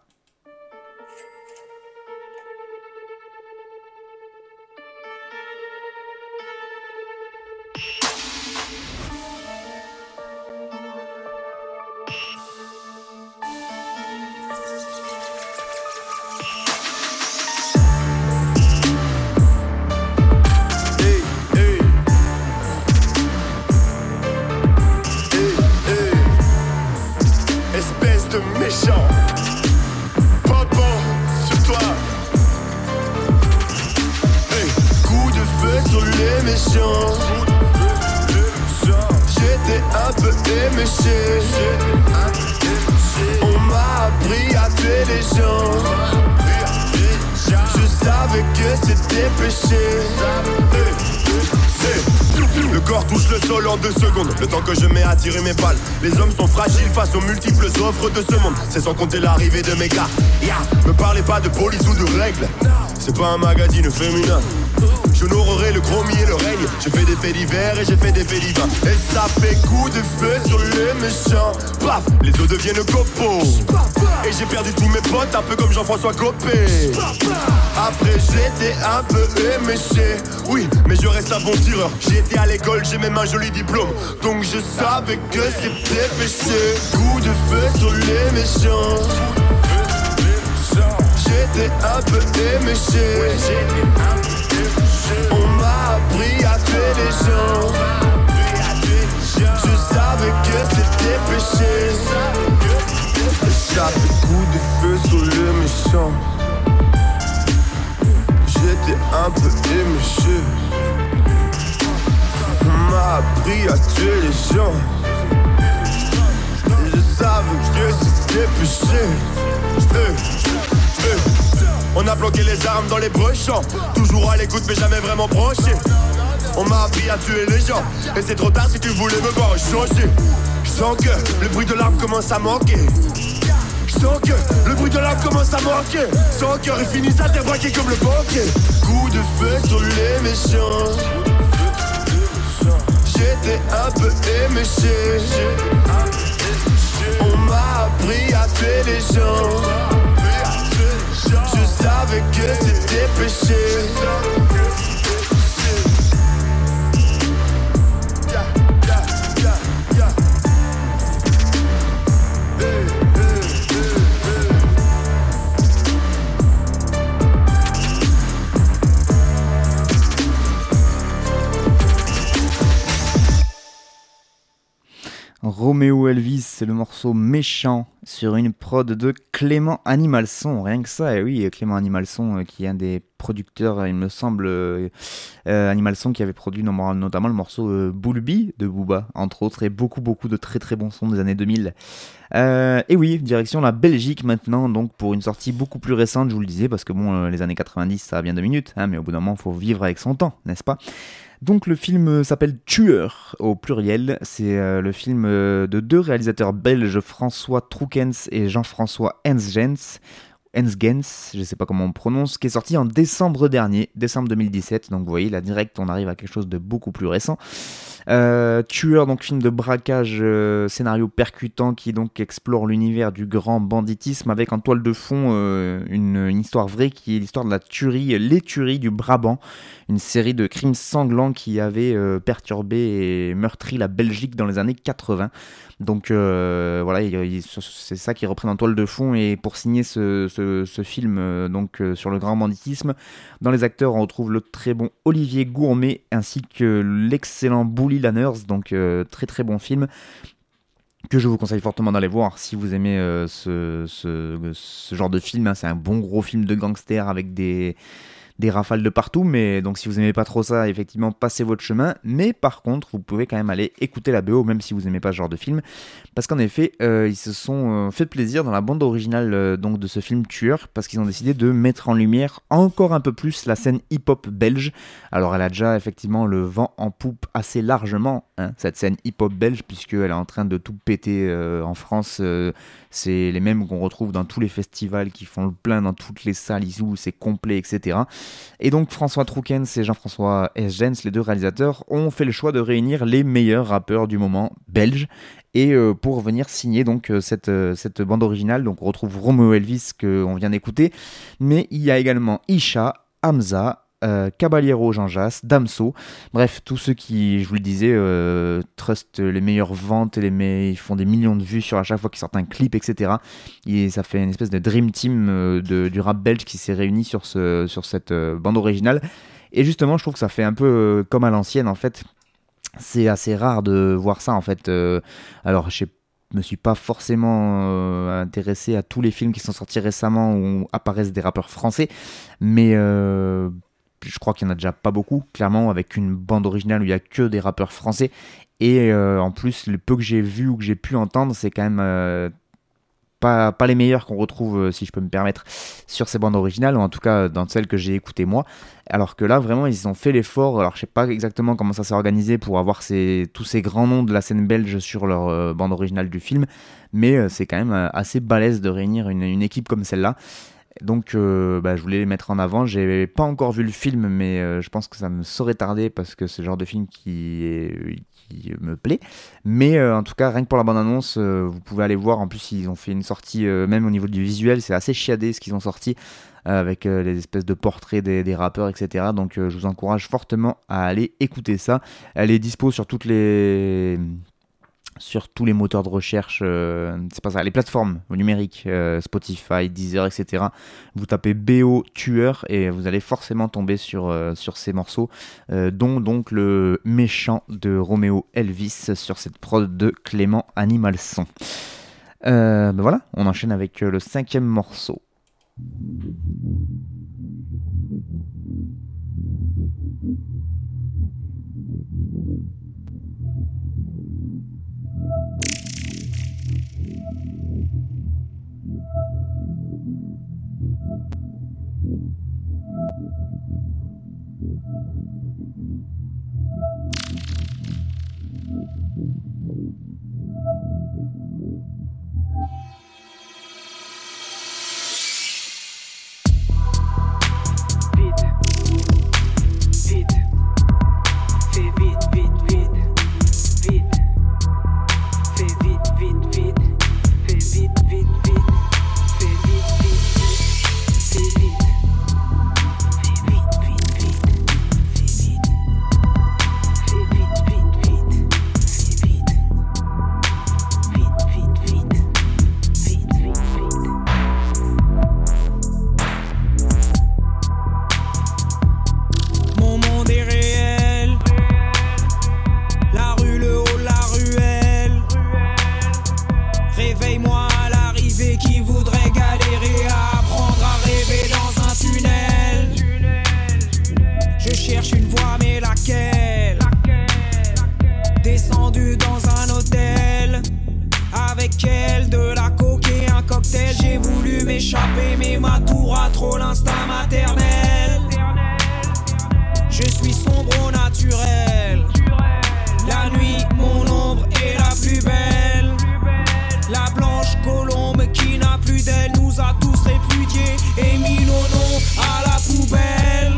Les hommes sont fragiles face aux multiples offres de ce monde. C'est sans compter l'arrivée de mes gars. Yeah. Me parlez pas de police ou de règles. C'est pas un magazine féminin. J'honorerai le chromie et le règne. J'ai fait des faits divers et j'ai fait des faits divins. Et ça fait coup de feu sur les méchants. Paf, les eaux deviennent copeaux. Et j'ai perdu tous mes potes, un peu comme Jean-François Copé. Après j'étais un peu éméché. Oui, mais je reste un bon tireur. J'étais à l'école, j'ai même un joli diplôme. Donc je savais que c'était péché. Coup de feu sur les méchants. J'étais un peu éméché. On m'a appris à tuer les gens. Je savais que c'était péché. Ça fait coup de feu sur le méchant. J'étais un peu éméché. On m'a appris à tuer les gens. Je savais que c'était péché. euh, euh. On a bloqué les armes dans les brochants. Toujours à l'écoute mais jamais vraiment branché. On m'a appris à tuer les gens. Et c'est trop tard si tu voulais me voir changer. Je sens que le bruit de l'arme commence à manquer. Je sens que le bruit de l'arme commence à manquer. Son cœur est fini, ça t'est braqué comme le banquet. Coup de feu sur les méchants. J'étais un peu éméché. On m'a appris à tuer les gens. Je savais que c'était péché. Romeo Elvis, c'est le morceau Méchant sur une prod de Clément Animalson, rien que ça, et oui, Clément Animalson euh, qui est un des producteurs, il me semble, euh, euh, Animalson qui avait produit notamment, notamment le morceau euh, Bulbi de Booba, entre autres, et beaucoup beaucoup de très très bons sons des années deux mille. Euh, et oui, direction la Belgique maintenant, donc pour une sortie beaucoup plus récente, je vous le disais, parce que bon, euh, les années quatre-vingt-dix ça a bien deux minutes, hein, mais au bout d'un moment, il faut vivre avec son temps, n'est-ce pas ? Donc le film s'appelle Tueur au pluriel, c'est euh, le film euh, de deux réalisateurs belges, François Troukens et Jean-François Hensgens, Hensgens, je ne sais pas comment on prononce, qui est sorti en décembre dernier, décembre deux mille dix-sept, donc vous voyez, là direct on arrive à quelque chose de beaucoup plus récent. Euh, Tueur, donc film de braquage, euh, scénario percutant qui donc explore l'univers du grand banditisme avec en toile de fond euh, une, une histoire vraie qui est l'histoire de la tuerie, les tueries du Brabant, une série de crimes sanglants qui avait euh, perturbé et meurtri la Belgique dans les années quatre-vingts. Donc euh, voilà, il, il, c'est ça qui reprend en toile de fond. Et pour signer ce, ce, ce film euh, donc, euh, sur le grand banditisme, dans les acteurs on retrouve le très bon Olivier Gourmet ainsi que l'excellent Bully Lanners, donc euh, très très bon film que je vous conseille fortement d'aller voir si vous aimez euh, ce, ce, ce genre de film, hein. C'est un bon gros film de gangster avec des... des rafales de partout, mais donc si vous aimez pas trop ça, effectivement, passez votre chemin, mais par contre, vous pouvez quand même aller écouter la B O, même si vous aimez pas ce genre de film, parce qu'en effet, euh, ils se sont euh, fait plaisir dans la bande originale euh, donc de ce film Tueur, parce qu'ils ont décidé de mettre en lumière encore un peu plus la scène hip-hop belge. Alors elle a déjà effectivement le vent en poupe assez largement, hein, cette scène hip-hop belge, puisqu'elle est en train de tout péter euh, en France, euh, c'est les mêmes qu'on retrouve dans tous les festivals, qui font le plein dans toutes les salles où c'est complet, et cetera. Et donc François Troukens et Jean-François Hensgens, les deux réalisateurs, ont fait le choix de réunir les meilleurs rappeurs du moment belges et euh, pour venir signer donc euh, cette, euh, cette bande originale. Donc on retrouve Romeo Elvis qu'on vient d'écouter, mais il y a également Isha, Hamza, Euh, Caballero Jean Jass, Damso, bref, tous ceux qui, je vous le disais, euh, trustent les meilleures ventes, et les me- ils font des millions de vues sur à chaque fois qu'ils sortent un clip, et cetera. Et ça fait une espèce de dream team euh, de, du rap belge qui s'est réuni sur, ce, sur cette euh, bande originale. Et justement, je trouve que ça fait un peu euh, comme à l'ancienne, en fait. C'est assez rare de voir ça, en fait. Euh, alors, je sais Je me suis pas forcément euh, intéressé à tous les films qui sont sortis récemment où apparaissent des rappeurs français, mais euh, je crois qu'il y en a déjà pas beaucoup, clairement, avec une bande originale où il y a que des rappeurs français. Et euh, en plus, le peu que j'ai vu ou que j'ai pu entendre, c'est quand même euh, pas, pas les meilleurs qu'on retrouve, euh, si je peux me permettre, sur ces bandes originales, ou en tout cas dans celles que j'ai écoutées moi. Alors que là, vraiment, ils ont fait l'effort. Alors, je sais pas exactement comment ça s'est organisé pour avoir ces, tous ces grands noms de la scène belge sur leur euh, bande originale du film, mais euh, c'est quand même euh, assez balèze de réunir une, une équipe comme celle-là. Donc euh, bah, je voulais les mettre en avant. J'ai pas encore vu le film, mais euh, je pense que ça me saurait tarder parce que c'est le genre de film qui, est, qui me plaît. Mais euh, en tout cas, rien que pour la bande-annonce, euh, vous pouvez aller voir. En plus, ils ont fait une sortie, euh, même au niveau du visuel, c'est assez chiadé ce qu'ils ont sorti, euh, avec euh, les espèces de portraits des, des rappeurs, et cetera. Donc euh, je vous encourage fortement à aller écouter ça. Elle est dispo sur toutes les... sur tous les moteurs de recherche, euh, c'est pas ça, les plateformes numériques, euh, Spotify, Deezer, et cetera. Vous tapez B O Tueur et vous allez forcément tomber sur, euh, sur ces morceaux, euh, dont donc le Méchant de Romeo Elvis sur cette prod de Clément Animalson. Euh, ben voilà, on enchaîne avec le cinquième morceau. échapper, mais ma tour a trop l'instinct maternel. Je suis sombre au naturel. La nuit, mon ombre est la plus belle. La blanche colombe qui n'a plus d'aile nous a tous répudiés et mis nos noms à la poubelle.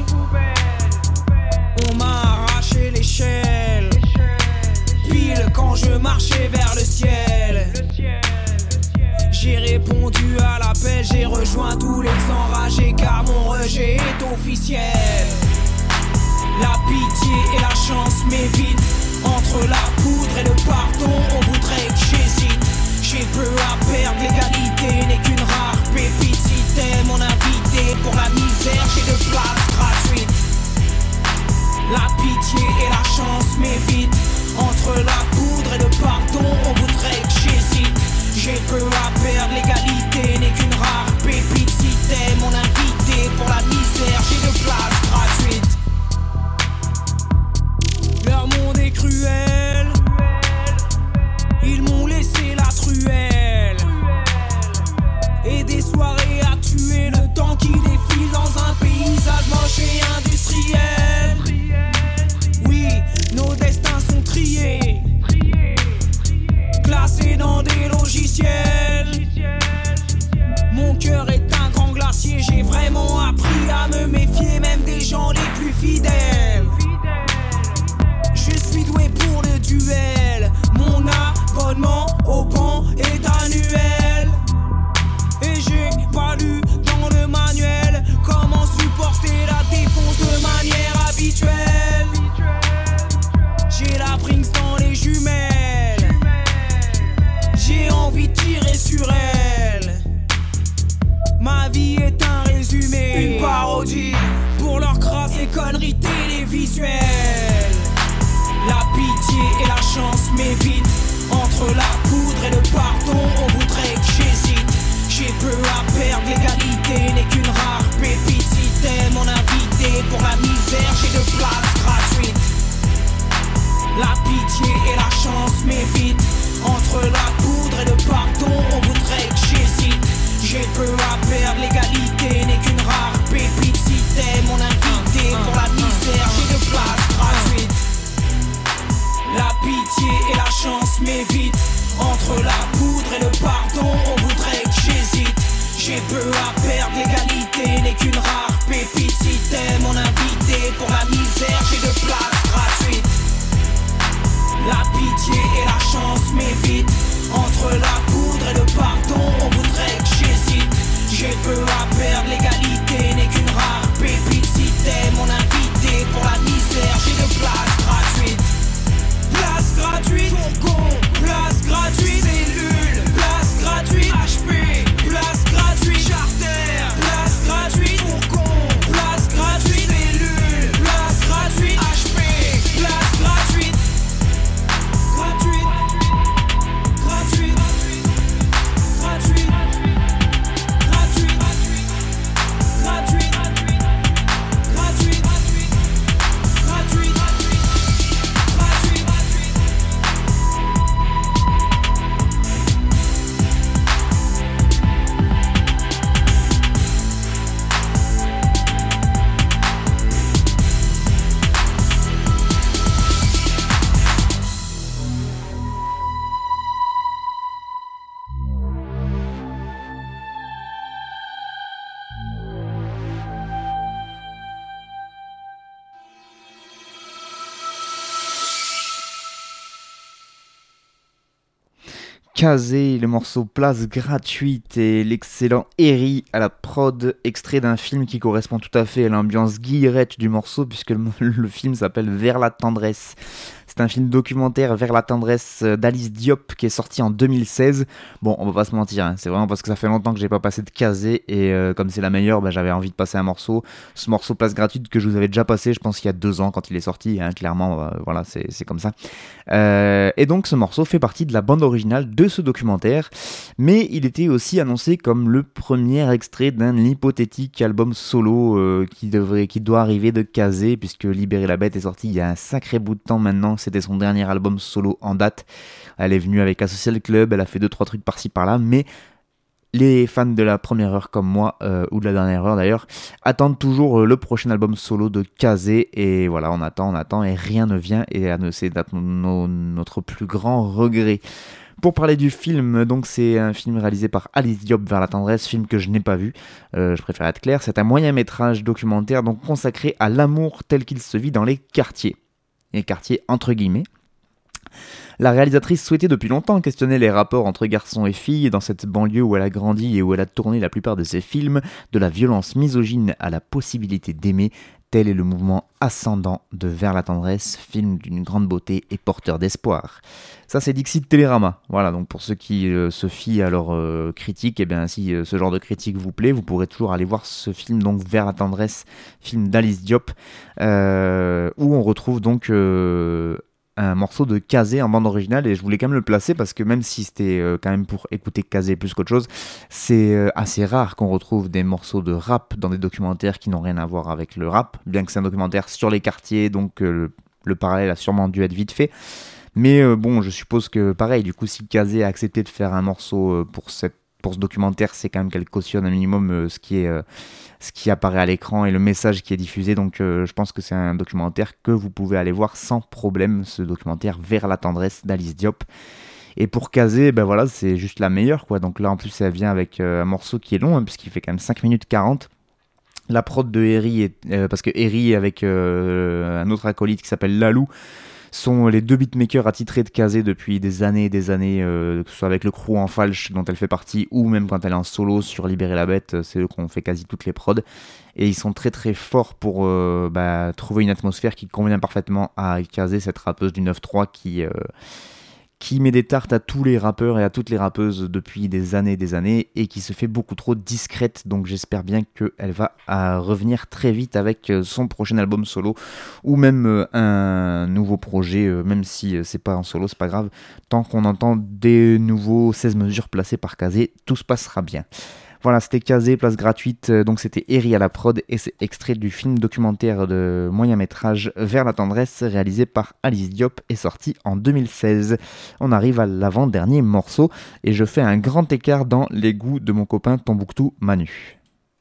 On m'a arraché l'échelle, pile quand je marchais vers le ciel. J'ai répondu à l'appel, j'ai rejoint tous les enragés car mon rejet est officiel. La pitié et la chance m'évitent. Entre la poudre et le pardon, on voudrait que j'hésite. J'ai peu à perdre, l'égalité n'est qu'une rare pépite. Si t'es mon invité pour la misère, j'ai de place gratuite. La pitié et la chance m'évitent. Entre la poudre et le pardon, on voudrait que j'hésite. J'ai peu à perdre, l'égalité n'est qu'une rare pépite. Si t'es mon invité pour la misère, j'ai de place gratuite. Leur monde est cruel, ils m'ont laissé la truelle et des soirées à tuer, le temps qui défile dans un paysage moche et industriel. Oui, nos destins sont triés, classés dans des logiciels. Mon cœur est un grand glacier, j'ai vraiment appris à me méfier même des gens les plus fidèles. Je suis doué pour le duel, mon abonnement au banc est annuel. Et j'ai pas lu dans le manuel comment supporter la défonce de manière habituelle. J'ai la Brinks dans les jumelles, j'ai envie de tirer sur elle. Ma vie est un résumé, une parodie pour leur crasse et conneries télévisuelles. La pitié et la chance m'évitent. Entre la poudre et le pardon, on voudrait que j'hésite. J'ai peu à perdre, l'égalité n'est qu'une rare pépite. Si t'es mon invité pour la misère, j'ai de place gratuite. La pitié et la chance m'évitent. Entre la poudre et le pardon, on voudrait que j'hésite. J'ai peu à perdre, l'égalité n'est qu'une rare pépite. Si t'es mon invité pour la misère, j'ai de place gratuite. La pitié et la chance m'évitent. Entre la poudre et le pardon, on voudrait que j'hésite. J'ai peu à perdre, l'égalité n'est qu'une rare pépite. Si t'es mon invité pour la misère, j'ai de place gratuite. La pitié et la chance m'évitent. Entre la poudre et le pardon, on voudrait que j'hésite. J'ai peu à perdre, l'égalité n'est qu'une rare pépite. Si t'es mon invité pour la misère, j'ai de place gratuite. Place gratuite, fourgon, place gratuite, cellule, place gratuite, H P, place gratuite, charter, place gratuite, fourgon, place gratuite, cellule, place gratuite, H P, place gratuite, gratuite, gratuite, gratuite, gratuite, gratuite, gratuite, gratuite. Kazé, le morceau Place gratuite et l'excellent Eri à la prod, extrait d'un film qui correspond tout à fait à l'ambiance guillerette du morceau puisque le, le film s'appelle Vers la tendresse. C'est un film documentaire Vers la tendresse d'Alice Diop qui est sorti en deux mille seize. Bon, on va pas se mentir, hein, c'est vraiment parce que ça fait longtemps que j'ai pas passé de Kazé et euh, comme c'est la meilleure, bah, j'avais envie de passer un morceau. Ce morceau Place gratuite que je vous avais déjà passé, je pense qu'il y a deux ans quand il est sorti, hein, clairement, euh, voilà, c'est, c'est comme ça. Euh, et donc ce morceau fait partie de la bande originale de ce documentaire, mais il était aussi annoncé comme le premier extrait d'un hypothétique album solo euh, qui, devrait, qui doit arriver de Kazé, puisque Libérer la Bête est sorti il y a un sacré bout de temps maintenant. C'était son dernier album solo en date. Elle est venue avec la Social Club, elle a fait deux trois trucs par-ci par-là, mais Les fans de la première heure comme moi, euh, ou de la dernière heure d'ailleurs, attendent toujours euh, le prochain album solo de Kazé, et voilà, on attend, on attend, et rien ne vient, et c'est no, notre plus grand regret. Pour parler du film, donc c'est un film réalisé par Alice Diop, Vers la tendresse, film que je n'ai pas vu, euh, je préfère être clair, c'est un moyen-métrage documentaire donc consacré à l'amour tel qu'il se vit dans les quartiers, les quartiers entre guillemets. La réalisatrice souhaitait depuis longtemps questionner les rapports entre garçons et filles dans cette banlieue où elle a grandi et où elle a tourné la plupart de ses films, de la violence misogyne à la possibilité d'aimer. Tel est le mouvement ascendant de Vers la tendresse, film d'une grande beauté et porteur d'espoir. Ça c'est Dixit Télérama. Voilà, donc pour ceux qui euh, se fient à leurs euh, critiques, et bien si euh, ce genre de critique vous plaît, vous pourrez toujours aller voir ce film, donc Vers la tendresse, film d'Alice Diop, euh, où on retrouve donc euh, un morceau de Kazé en bande originale, et je voulais quand même le placer parce que même si c'était euh, quand même pour écouter Kazé plus qu'autre chose, c'est euh, assez rare qu'on retrouve des morceaux de rap dans des documentaires qui n'ont rien à voir avec le rap, bien que c'est un documentaire sur les quartiers, donc euh, le, le parallèle a sûrement dû être vite fait. Mais euh, bon, je suppose que pareil, du coup, si Kazé a accepté de faire un morceau euh, pour, cette, pour ce documentaire, c'est quand même qu'elle cautionne un minimum euh, ce, qui est, euh, ce qui apparaît à l'écran et le message qui est diffusé. Donc euh, je pense que c'est un documentaire que vous pouvez aller voir sans problème, ce documentaire Vers la tendresse d'Alice Diop. Et pour Kazé, ben voilà, c'est juste la meilleure, quoi. Donc là, en plus, elle vient avec euh, un morceau qui est long, hein, puisqu'il fait quand même cinq minutes quarante. La prod de Eri, est, euh, parce que Eri, avec euh, un autre acolyte qui s'appelle Lalou, sont les deux beatmakers attitrés de Kazé depuis des années et des années, euh, que ce soit avec le crew en falche dont elle fait partie, ou même quand elle est en solo sur Libérer la Bête, c'est eux qui ont fait quasi toutes les prods. Et ils sont très très forts pour euh, bah, trouver une atmosphère qui convient parfaitement à Kazé, cette rappeuse du neuf trois qui... Euh, qui met des tartes à tous les rappeurs et à toutes les rappeuses depuis des années et des années, et qui se fait beaucoup trop discrète, donc j'espère bien qu'elle va à revenir très vite avec son prochain album solo, ou même euh, un nouveau projet, euh, même si euh, c'est pas en solo, c'est pas grave, tant qu'on entend des nouveaux seize mesures placés par Kazé, tout se passera bien. Voilà, c'était Kazé, place gratuite, donc c'était Eri à la prod, et c'est extrait du film documentaire de moyen-métrage Vers la tendresse, réalisé par Alice Diop et sorti en deux mille seize. On arrive à l'avant-dernier morceau, et je fais un grand écart dans les goûts de mon copain Tombouctou Manu.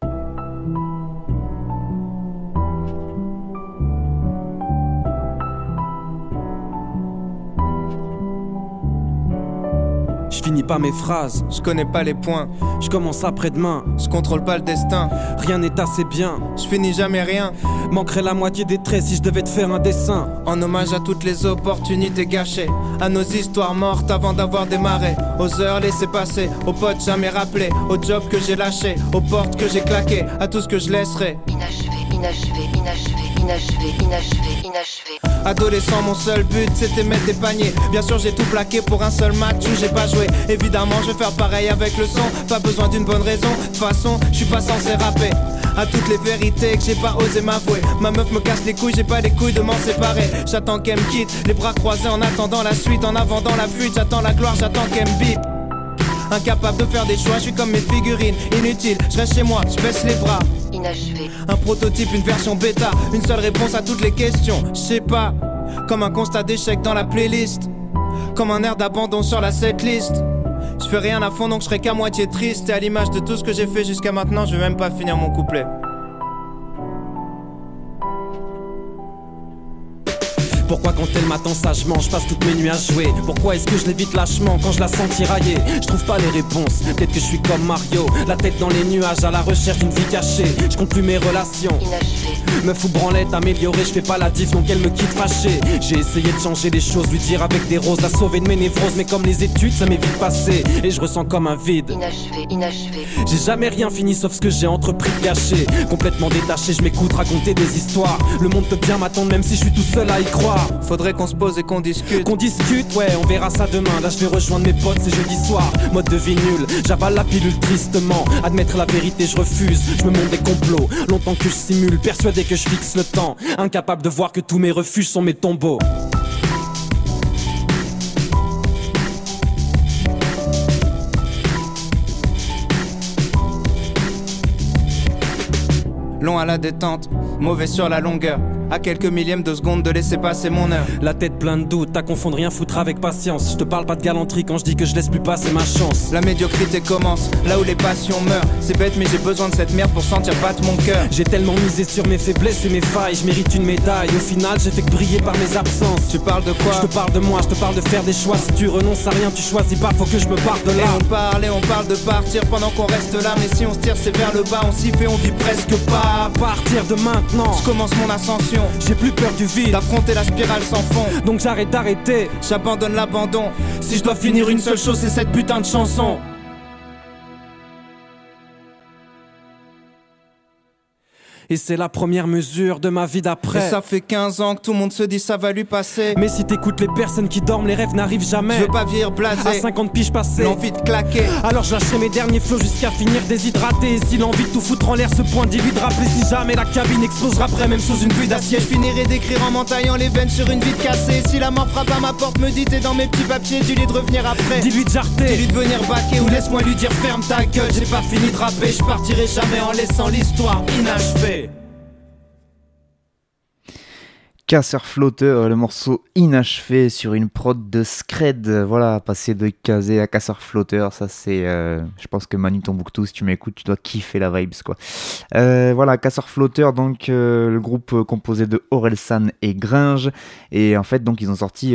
Je finis pas mes phrases, je connais pas les points. Je commence après-demain, je contrôle pas le destin. Rien n'est assez bien, je finis jamais rien. Manquerait la moitié des traits si je devais te faire un dessin. En hommage à toutes les opportunités gâchées, à nos histoires mortes avant d'avoir démarré, aux heures laissées passer, aux potes jamais rappelés, aux jobs que j'ai lâchés, aux portes que j'ai claquées, à tout ce que je laisserai. Inachevé, inachevé, inachevé, inachevé, inachevé, inachevé. Adolescent, mon seul but c'était mettre des paniers. Bien sûr j'ai tout plaqué pour un seul match où j'ai pas joué. Évidemment je vais faire pareil avec le son. Pas besoin d'une bonne raison, de toute façon je suis pas censé rapper. À toutes les vérités que j'ai pas osé m'avouer. Ma meuf me casse les couilles, j'ai pas les couilles de m'en séparer. J'attends qu'elle me quitte, les bras croisés en attendant la suite. En avant dans la fuite, j'attends la gloire, j'attends qu'elle me bip. Incapable de faire des choix, je suis comme mes figurines. Inutile, je reste chez moi, je baisse les bras. Inachevé. Un prototype, une version bêta, une seule réponse à toutes les questions. Je sais pas, comme un constat d'échec dans la playlist, comme un air d'abandon sur la setlist. Je fais rien à fond donc je serai qu'à moitié triste. Et à l'image de tout ce que j'ai fait jusqu'à maintenant, je vais même pas finir mon couplet. Pourquoi quand elle m'attend sagement, je passe toutes mes nuits à jouer? Pourquoi est-ce que je l'évite lâchement quand je la sens tirailler? Je trouve pas les réponses, peut-être que je suis comme Mario, la tête dans les nuages à la recherche d'une vie cachée. Je compte plus mes relations, me fous branlette améliorée, je fais pas la diff donc elle me quitte fâchée. J'ai essayé de changer les choses, lui dire avec des roses, la sauver de mes névroses, mais comme les études ça m'est vite passé, et je ressens comme un vide. Inachevé, inachevé. J'ai jamais rien fini sauf ce que j'ai entrepris de gâcher. Complètement détaché, je m'écoute raconter des histoires. Le monde peut bien m'attendre même si je suis tout seul à y croire. Faudrait qu'on se pose et qu'on discute. Qu'on discute, ouais, on verra ça demain. Là je vais rejoindre mes potes, c'est jeudi soir. Mode de vie nul, j'avale la pilule tristement. Admettre la vérité, je refuse. Je me montre des complots, longtemps que je simule, persuadé que je fixe le temps. Incapable de voir que tous mes refuges sont mes tombeaux. Long à la détente, mauvais sur la longueur. À quelques millièmes de seconde de laisser passer mon heure. La tête pleine de doutes, t'as confondu rien foutre avec patience. Je te parle pas de galanterie quand je dis que je laisse plus passer ma chance. La médiocrité commence, là où les passions meurent. C'est bête mais j'ai besoin de cette merde pour sentir battre mon cœur. J'ai tellement misé sur mes faiblesses et mes failles, je mérite une médaille. Au final j'ai fait que briller par mes absences. Tu parles de quoi? Je te parle de moi, je te parle de faire des choix. Si tu renonces à rien, tu choisis pas, faut que je me parte de là. Et on parle et on parle de partir pendant qu'on reste là. Mais si on se tire c'est vers le bas, on s'y fait, on vit presque pas. À partir de maintenant, je commence mon ascension. J'ai plus peur du vide, d'affronter la spirale sans fond. Donc j'arrête d'arrêter, j'abandonne l'abandon. Si je dois finir une seule chose, c'est cette putain de chanson. Et c'est la première mesure de ma vie d'après. Et ça fait quinze ans que tout le monde se dit ça va lui passer. Mais si t'écoutes les personnes qui dorment, les rêves n'arrivent jamais. Je veux pas vieillir blasé, à cinquante piges passées, l'envie de claquer. Alors je lâcherai mes derniers flots jusqu'à finir déshydraté. Et si l'envie de tout foutre en l'air se pointe, dis-lui de rappeler. Si jamais la cabine explosera après, même sous une pluie d'acier, je finirai d'écrire en m'entaillant les veines sur une vitre cassée. Si la mort frappe à ma porte, me dit t'es dans mes petits papiers, dis-lui de revenir après. Dis-lui de jarter, dis-lui de venir baquer, ou laisse-moi lui dire ferme ta gueule. J'ai pas fini de rapper, je partirai jamais en laissant l'histoire inachevée. Casseur Flotteur, le morceau inachevé sur une prod de Scred. Voilà, passer de Kazé à Casseur Flotteur, ça c'est... Euh, je pense que Manu Tombouctou, si tu m'écoutes, tu dois kiffer la vibes, quoi. Euh, voilà, Casseur Flotteur, donc euh, le groupe composé de Orelsan et Gringe. Et en fait, donc ils ont sorti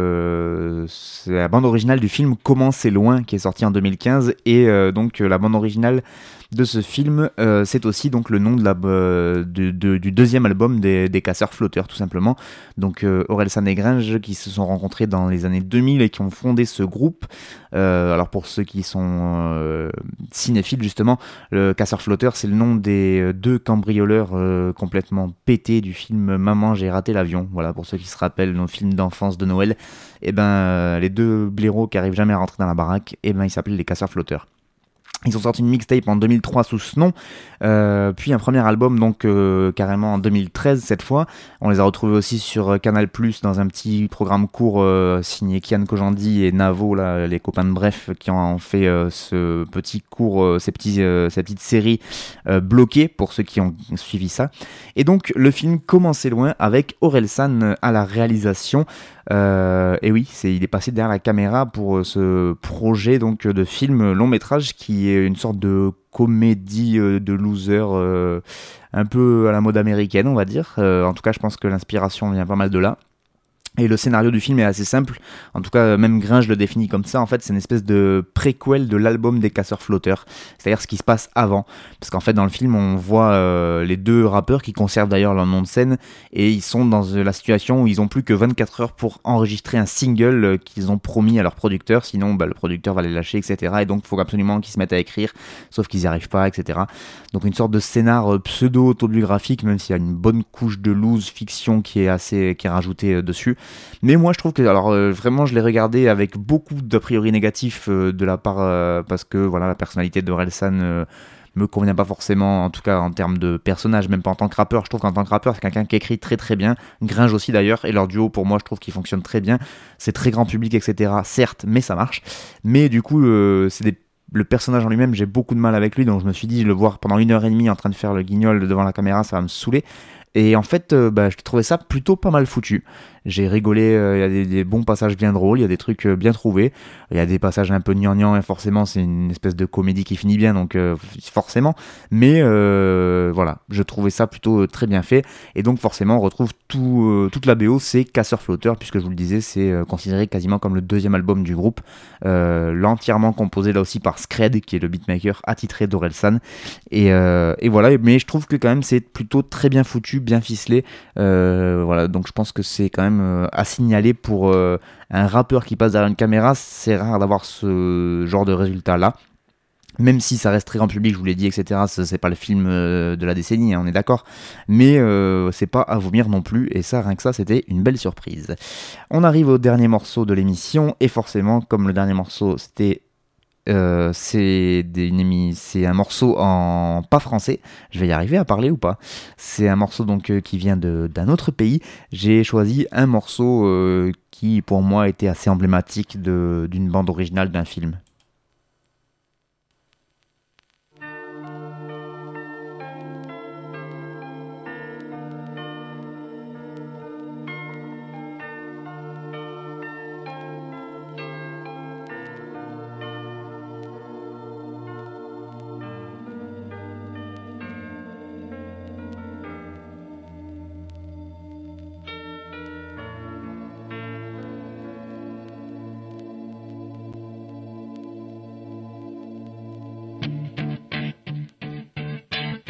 euh, la bande originale du film Comment c'est loin, qui est sorti en deux mille quinze. Et euh, donc la bande originale de ce film, euh, c'est aussi donc le nom de la, euh, de, de, du deuxième album des, des Casseurs Flotteurs, tout simplement. Donc euh, Orelsan et Gringe qui se sont rencontrés dans les années deux mille et qui ont fondé ce groupe. Euh, alors pour ceux qui sont euh, cinéphiles justement, le Casseur Flotteur c'est le nom des deux cambrioleurs euh, complètement pétés du film Maman j'ai raté l'avion. Voilà, pour ceux qui se rappellent nos films d'enfance de Noël, et ben euh, les deux blaireaux qui arrivent jamais à rentrer dans la baraque, et ben ils s'appellent les Casseurs Flotteurs. Ils ont sorti une mixtape en deux mille trois sous ce nom, euh, puis un premier album donc euh, carrément en deux mille treize cette fois. On les a retrouvés aussi sur Canal plus, dans un petit programme court euh, signé Kian Kojandi et Navo, là, les copains de Bref, qui ont fait euh, ce petit court, euh, ces, petits, euh, ces petites séries euh, bloquées pour ceux qui ont suivi ça. Et donc le film Comment c'est loin avec Orelsan à la réalisation. Euh, et oui, c'est, il est passé derrière la caméra pour euh, ce projet donc de film long métrage qui est une sorte de comédie euh, de loser euh, un peu à la mode américaine, on va dire. Euh, en tout cas, je pense que l'inspiration vient pas mal de là. Et le scénario du film est assez simple, en tout cas même Gringe le définit comme ça. En fait c'est une espèce de préquel de l'album des Casseurs Flotteurs, c'est-à-dire ce qui se passe avant, parce qu'en fait dans le film on voit euh, les deux rappeurs qui conservent d'ailleurs leur nom de scène, et ils sont dans la situation où ils ont plus que vingt-quatre heures pour enregistrer un single euh, qu'ils ont promis à leur producteur, sinon bah, le producteur va les lâcher, etc. Et donc il faut absolument qu'ils se mettent à écrire, sauf qu'ils n'y arrivent pas, etc. Donc une sorte de scénar euh, pseudo-autobiographique, même s'il y a une bonne couche de loose fiction qui est assez qui est rajoutée euh, dessus. Mais moi je trouve que alors euh, vraiment je l'ai regardé avec beaucoup d'a priori négatifs euh, de la part euh, parce que voilà la personnalité d'Orelsan euh, me convient pas forcément, en tout cas en termes de personnage, même pas en tant que rappeur. Je trouve qu'en tant que rappeur c'est quelqu'un qui écrit très très bien, Gringe aussi d'ailleurs, et leur duo pour moi je trouve qu'il fonctionne très bien. C'est très grand public, etc. certes, mais ça marche. Mais du coup euh, c'est des le personnage en lui-même, j'ai beaucoup de mal avec lui, donc je me suis dit le voir pendant une heure et demie en train de faire le guignol devant la caméra, ça va me saouler. Et en fait, euh, bah, je trouvais ça plutôt pas mal foutu. J'ai rigolé, il euh, y a des, des bons passages bien drôles, il y a des trucs euh, bien trouvés, il y a des passages un peu gnangnan, et forcément c'est une espèce de comédie qui finit bien, donc euh, forcément. Mais euh, voilà, je trouvais ça plutôt euh, très bien fait, et donc forcément on retrouve tout, euh, toute la B O, c'est Casseur Flotteur, puisque je vous le disais, c'est euh, considéré quasiment comme le deuxième album du groupe, euh, l'entièrement composé là aussi par Scred, qui est le beatmaker attitré d'Orelsan, et, euh, et voilà, mais je trouve que quand même c'est plutôt très bien foutu, bien ficelé, euh, voilà, donc je pense que c'est quand même euh, à signaler pour euh, un rappeur qui passe derrière une caméra. C'est rare d'avoir ce genre de résultat là, même si ça reste très grand public, je vous l'ai dit, etc. C'est pas le film euh, de la décennie, hein, on est d'accord, mais euh, c'est pas à vomir non plus, et ça, rien que ça, c'était une belle surprise. On arrive au dernier morceau de l'émission, et forcément comme le dernier morceau c'était Euh, c'est, des, une, c'est un morceau en pas français, je vais y arriver à parler ou pas, c'est un morceau donc euh, qui vient de, d'un autre pays. J'ai choisi un morceau euh, qui pour moi était assez emblématique de, d'une bande originale d'un film.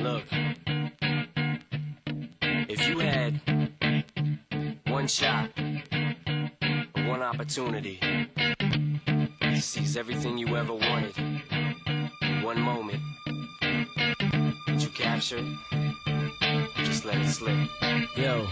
Look, if you had one shot, one opportunity to seize everything you ever wanted, one moment, would you capture it? Just let it slip. Yo.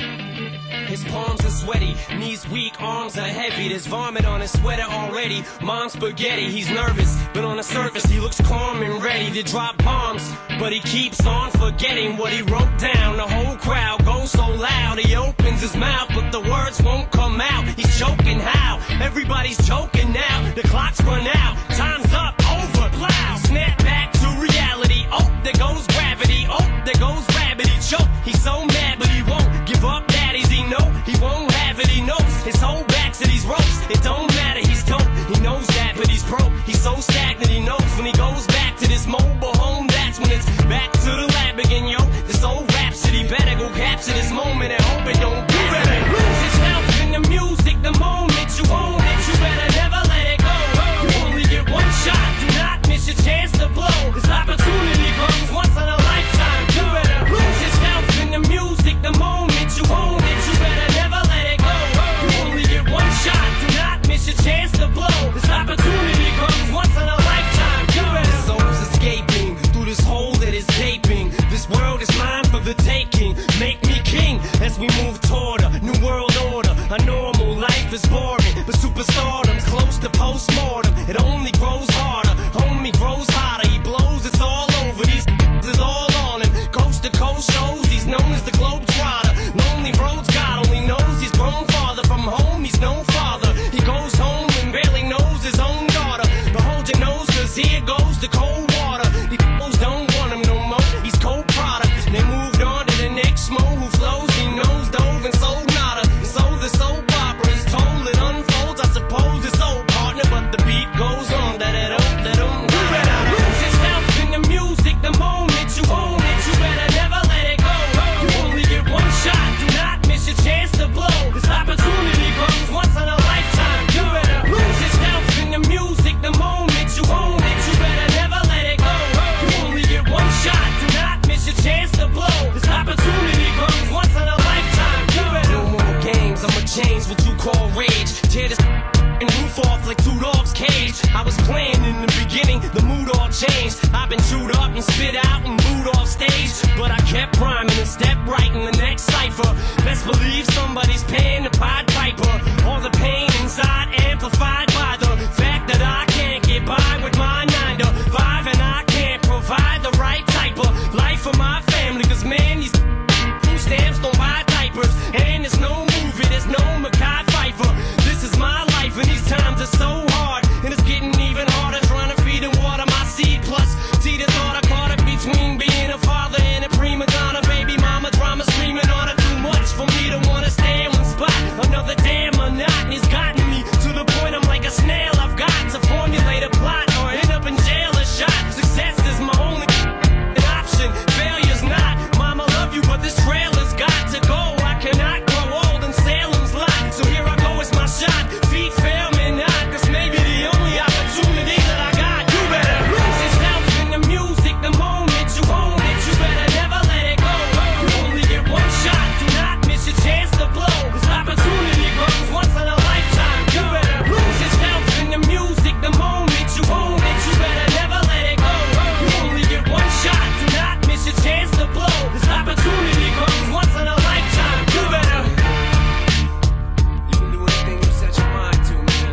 His palms are sweaty, knees weak, arms are heavy. There's vomit on his sweater already. Mom's spaghetti, he's nervous, but on the surface he looks calm and ready to drop bombs. But he keeps on forgetting what he wrote down. The whole crowd goes so loud, he opens his mouth, but the words won't come out. He's choking how? Everybody's choking now. The clock's run out, time's up, over, plow. Snap back to reality, oh, there goes gravity. Oh, there goes rabbit, he choke. He's so mad, but he won't give up. Daddies, he know he won't have it. He knows his whole back to these ropes. It don't matter, he's dope. He knows that, but he's broke. He's so stagnant. He knows when he goes back to this mobile home. That's when it's back to the lab again, yo. This old rhapsody better go capture this moment and hope it don't do it. Lose yourself in the music, the moment you own it. You better never let it go. You only get one shot. Do not miss your chance to blow. This opportunity comes once in a lifetime. You better lose yourself in the music, the moment you own it. You better never let it go. You only get one shot. Do not miss your chance to blow. This opportunity comes once in a lifetime. You better. This soul's escaping through this hole that is gaping. This world is mine for the taking. Make me king as we move toward a new world order. A normal life is boring, but superstardom's close to postmortem. It only grows harder, homie grows hotter. He blows, it's all over. These is all on him. Coast to coast shows, he's known as the Globetrotter. Lonely roads, God only knows he's grown farther from home. He's no father. He goes home and barely knows his own daughter. But hold your nose, cause here goes the cold water. These fools don't want him no more. He's cold product. They moved on to the next mo who flows. He knows dove and sold nada. So the soap opera is told, it unfolds. I suppose it's old partner, but the beat goes on. Da da da da da. You better lose yourself in the music, the moment you own it. You better never let it go. You only get one shot. Do not miss your chance to blow. This opportunity comes once in a lifetime. You better lose yourself in the music, the moment you own it. You better never let it go. You only get one shot. Do not miss your chance to blow. This opportunity comes once in a lifetime. You better. No more games, I'ma change what you call rage. Tear this and roof off like two dogs' cage. I was playing in the beginning, the mood all changed. I've been chewed up and spit out and booed off stage, but I kept rhyming and stepped right in the next cipher. Best believe somebody's paying the Pied Piper. All the pain inside amplified by the fact that I can't get by with my nine to five, and I can't provide the right type of life for my family. Cause man, these food stamps don't buy diapers, and there's no movie, there's no Mackay Pfeiffer. This is my life, and these times are so hard, and it's getting even harder trying to feed and water my seed. Plus, see the thought I caught up between being a father and a prima donna. Baby mama drama screaming on her, too much for me to wanna stay in one spot. Another damn monotony's gotten me to the point I'm like a snail. I've got to formulate a plot or end up in jail or shot. Success is my only option, failure's not. Mama love you, but this trailer's got to go. I cannot grow old in Salem's lot, so here I go, it's my shot. Feet fail me not, cause maybe the only opportunity that I got. You better lose yourself in the music, the moment you own it. You better never let it go. You only get one shot. Do not miss your chance to blow. This opportunity comes once in a lifetime. You better lose yourself in the music, the moment you own it. You better never let it go. You only get one shot. Do not miss your chance to blow. This opportunity comes once in a lifetime. You better. You can do anything you set your mind to, man.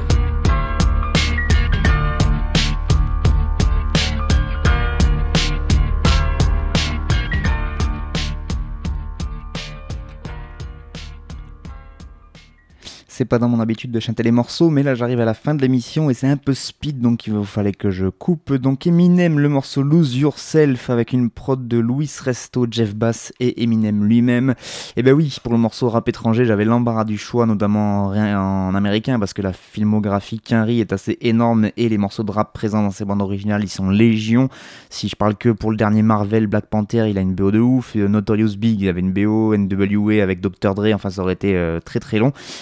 C'est pas dans mon habitude de chanter les morceaux, mais là j'arrive à la fin de l'émission et c'est un peu speed, donc il fallait que je coupe. Donc Eminem, le morceau Lose Yourself avec une prod de Louis Resto, Jeff Bass et Eminem lui-même. Et ben oui, pour le morceau rap étranger, j'avais l'embarras du choix, notamment en américain, parce que la filmographie Quinry est assez énorme et les morceaux de rap présents dans ses bandes originales, ils sont légion. Si je parle que pour le dernier Marvel, Black Panther, il a une B O de ouf. Notorious Big, il avait une B O, N W A avec docteur Dre, enfin ça aurait été euh, très très long. Mais donc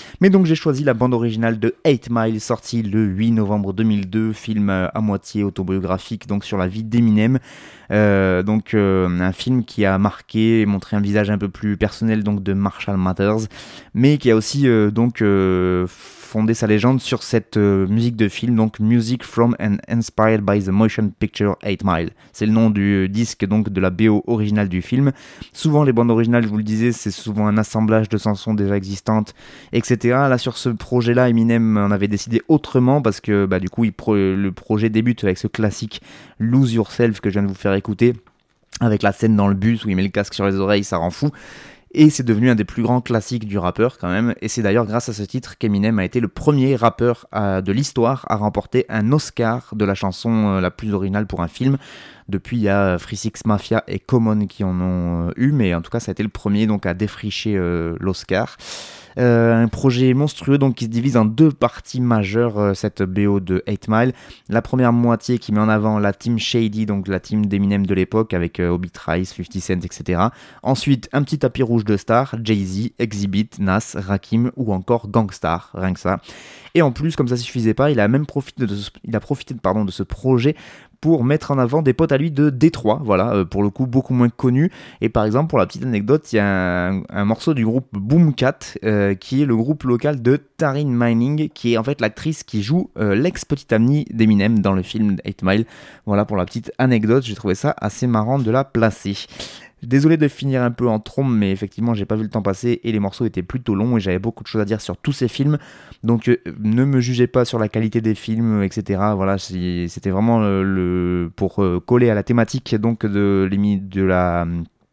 donc j'ai choisi la bande originale de eight mile, sortie le huit novembre deux mille deux, film à moitié autobiographique donc sur la vie d'Eminem. Euh, donc euh, un film qui a marqué et montré un visage un peu plus personnel donc de Marshall Mathers, mais qui a aussi euh, donc euh, fondé sa légende sur cette euh, musique de film, donc Music from and Inspired by the Motion Picture eight mile. C'est le nom du disque donc de la B O originale du film. Souvent les bandes originales, je vous le disais, c'est souvent un assemblage de chansons déjà existantes, et cetera. Là sur ce projet-là, Eminem en avait décidé autrement parce que bah, du coup il pro- le projet débute avec ce classique Lose Yourself que je viens de vous faire écouter, avec la scène dans le bus où il met le casque sur les oreilles, ça rend fou. Et c'est devenu un des plus grands classiques du rappeur quand même, et c'est d'ailleurs grâce à ce titre qu'Eminem a été le premier rappeur à, de l'histoire à remporter un Oscar de la chanson euh, la plus originale pour un film. Depuis, il y a Three six Mafia et Common qui en ont euh, eu, mais en tout cas ça a été le premier donc à défricher euh, l'Oscar. Euh, un projet monstrueux donc qui se divise en deux parties majeures, euh, cette B O de eight mile. La première moitié qui met en avant la team Shady, donc la team d'Eminem de l'époque avec euh, Obi Trice, fifty Cent, et cetera. Ensuite, un petit tapis rouge de stars, Jay-Z, Exhibit, Nas, Rakim ou encore Gang Starr, rien que ça. Et en plus, comme ça ne suffisait pas, il a même profité de ce, il a profité de, pardon, de ce projet pour mettre en avant des potes à lui de Détroit, voilà, euh, pour le coup beaucoup moins connus. Et par exemple, pour la petite anecdote, il y a un, un morceau du groupe Boomcat, euh, qui est le groupe local de Taryn Manning, qui est en fait l'actrice qui joue euh, l'ex-petite amie d'Eminem dans le film eight mile. Voilà pour la petite anecdote, j'ai trouvé ça assez marrant de la placer. Désolé de finir un peu en trombe, mais effectivement j'ai pas vu le temps passer et les morceaux étaient plutôt longs et j'avais beaucoup de choses à dire sur tous ces films, donc euh, ne me jugez pas sur la qualité des films, et cetera. Voilà, c'est, c'était vraiment le, le pour euh, coller à la thématique donc de, de la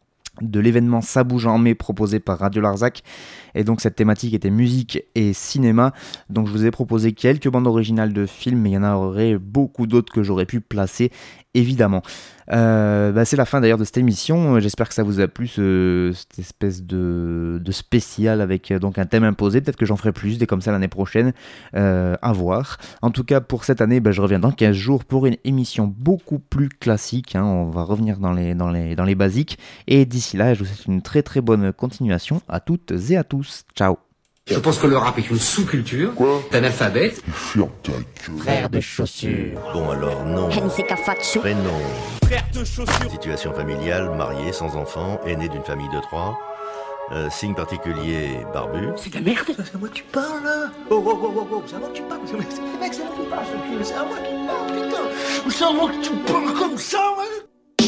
de l'événement Ça bouge en mai proposé par Radio Larzac, et donc cette thématique était musique et cinéma. Donc je vous ai proposé quelques bandes originales de films, mais il y en aurait beaucoup d'autres que j'aurais pu placer évidemment. Euh, bah c'est la fin d'ailleurs de cette émission, j'espère que ça vous a plu, ce, cette espèce de, de spécial avec donc un thème imposé. Peut-être que j'en ferai plus des comme ça l'année prochaine, euh, à voir. En tout cas pour cette année, bah, je reviens dans quinze jours pour une émission beaucoup plus classique, hein. On va revenir dans les, dans, les, dans les basiques, et d'ici là je vous souhaite une très très bonne continuation à toutes et à tous. Ciao. Je pense que le rap est une sous-culture. Quoi? T'es analphabète. Ferme ta gueule. Frère de chaussures. Bon alors, nom, prénom, Frère de chaussures. situation familiale, marié, sans enfant, aîné d'une famille de trois, euh, signe particulier, barbu. C'est de la merde. C'est à moi que tu parles là. Oh oh oh oh oh, c'est à moi que tu parles. C'est mec, c'est à moi que tu parles, ce cul. C'est à moi qui parle, putain. C'est à moi que tu parles comme ça, ouais.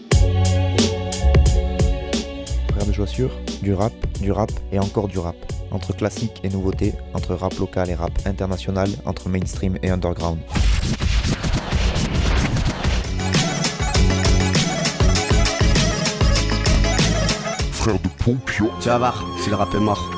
Frère de chaussures, du rap, du rap et encore du rap. Entre classique et nouveauté, entre rap local et rap international, entre mainstream et underground. Frère de Pompion. Tu vas voir, si le rap est mort.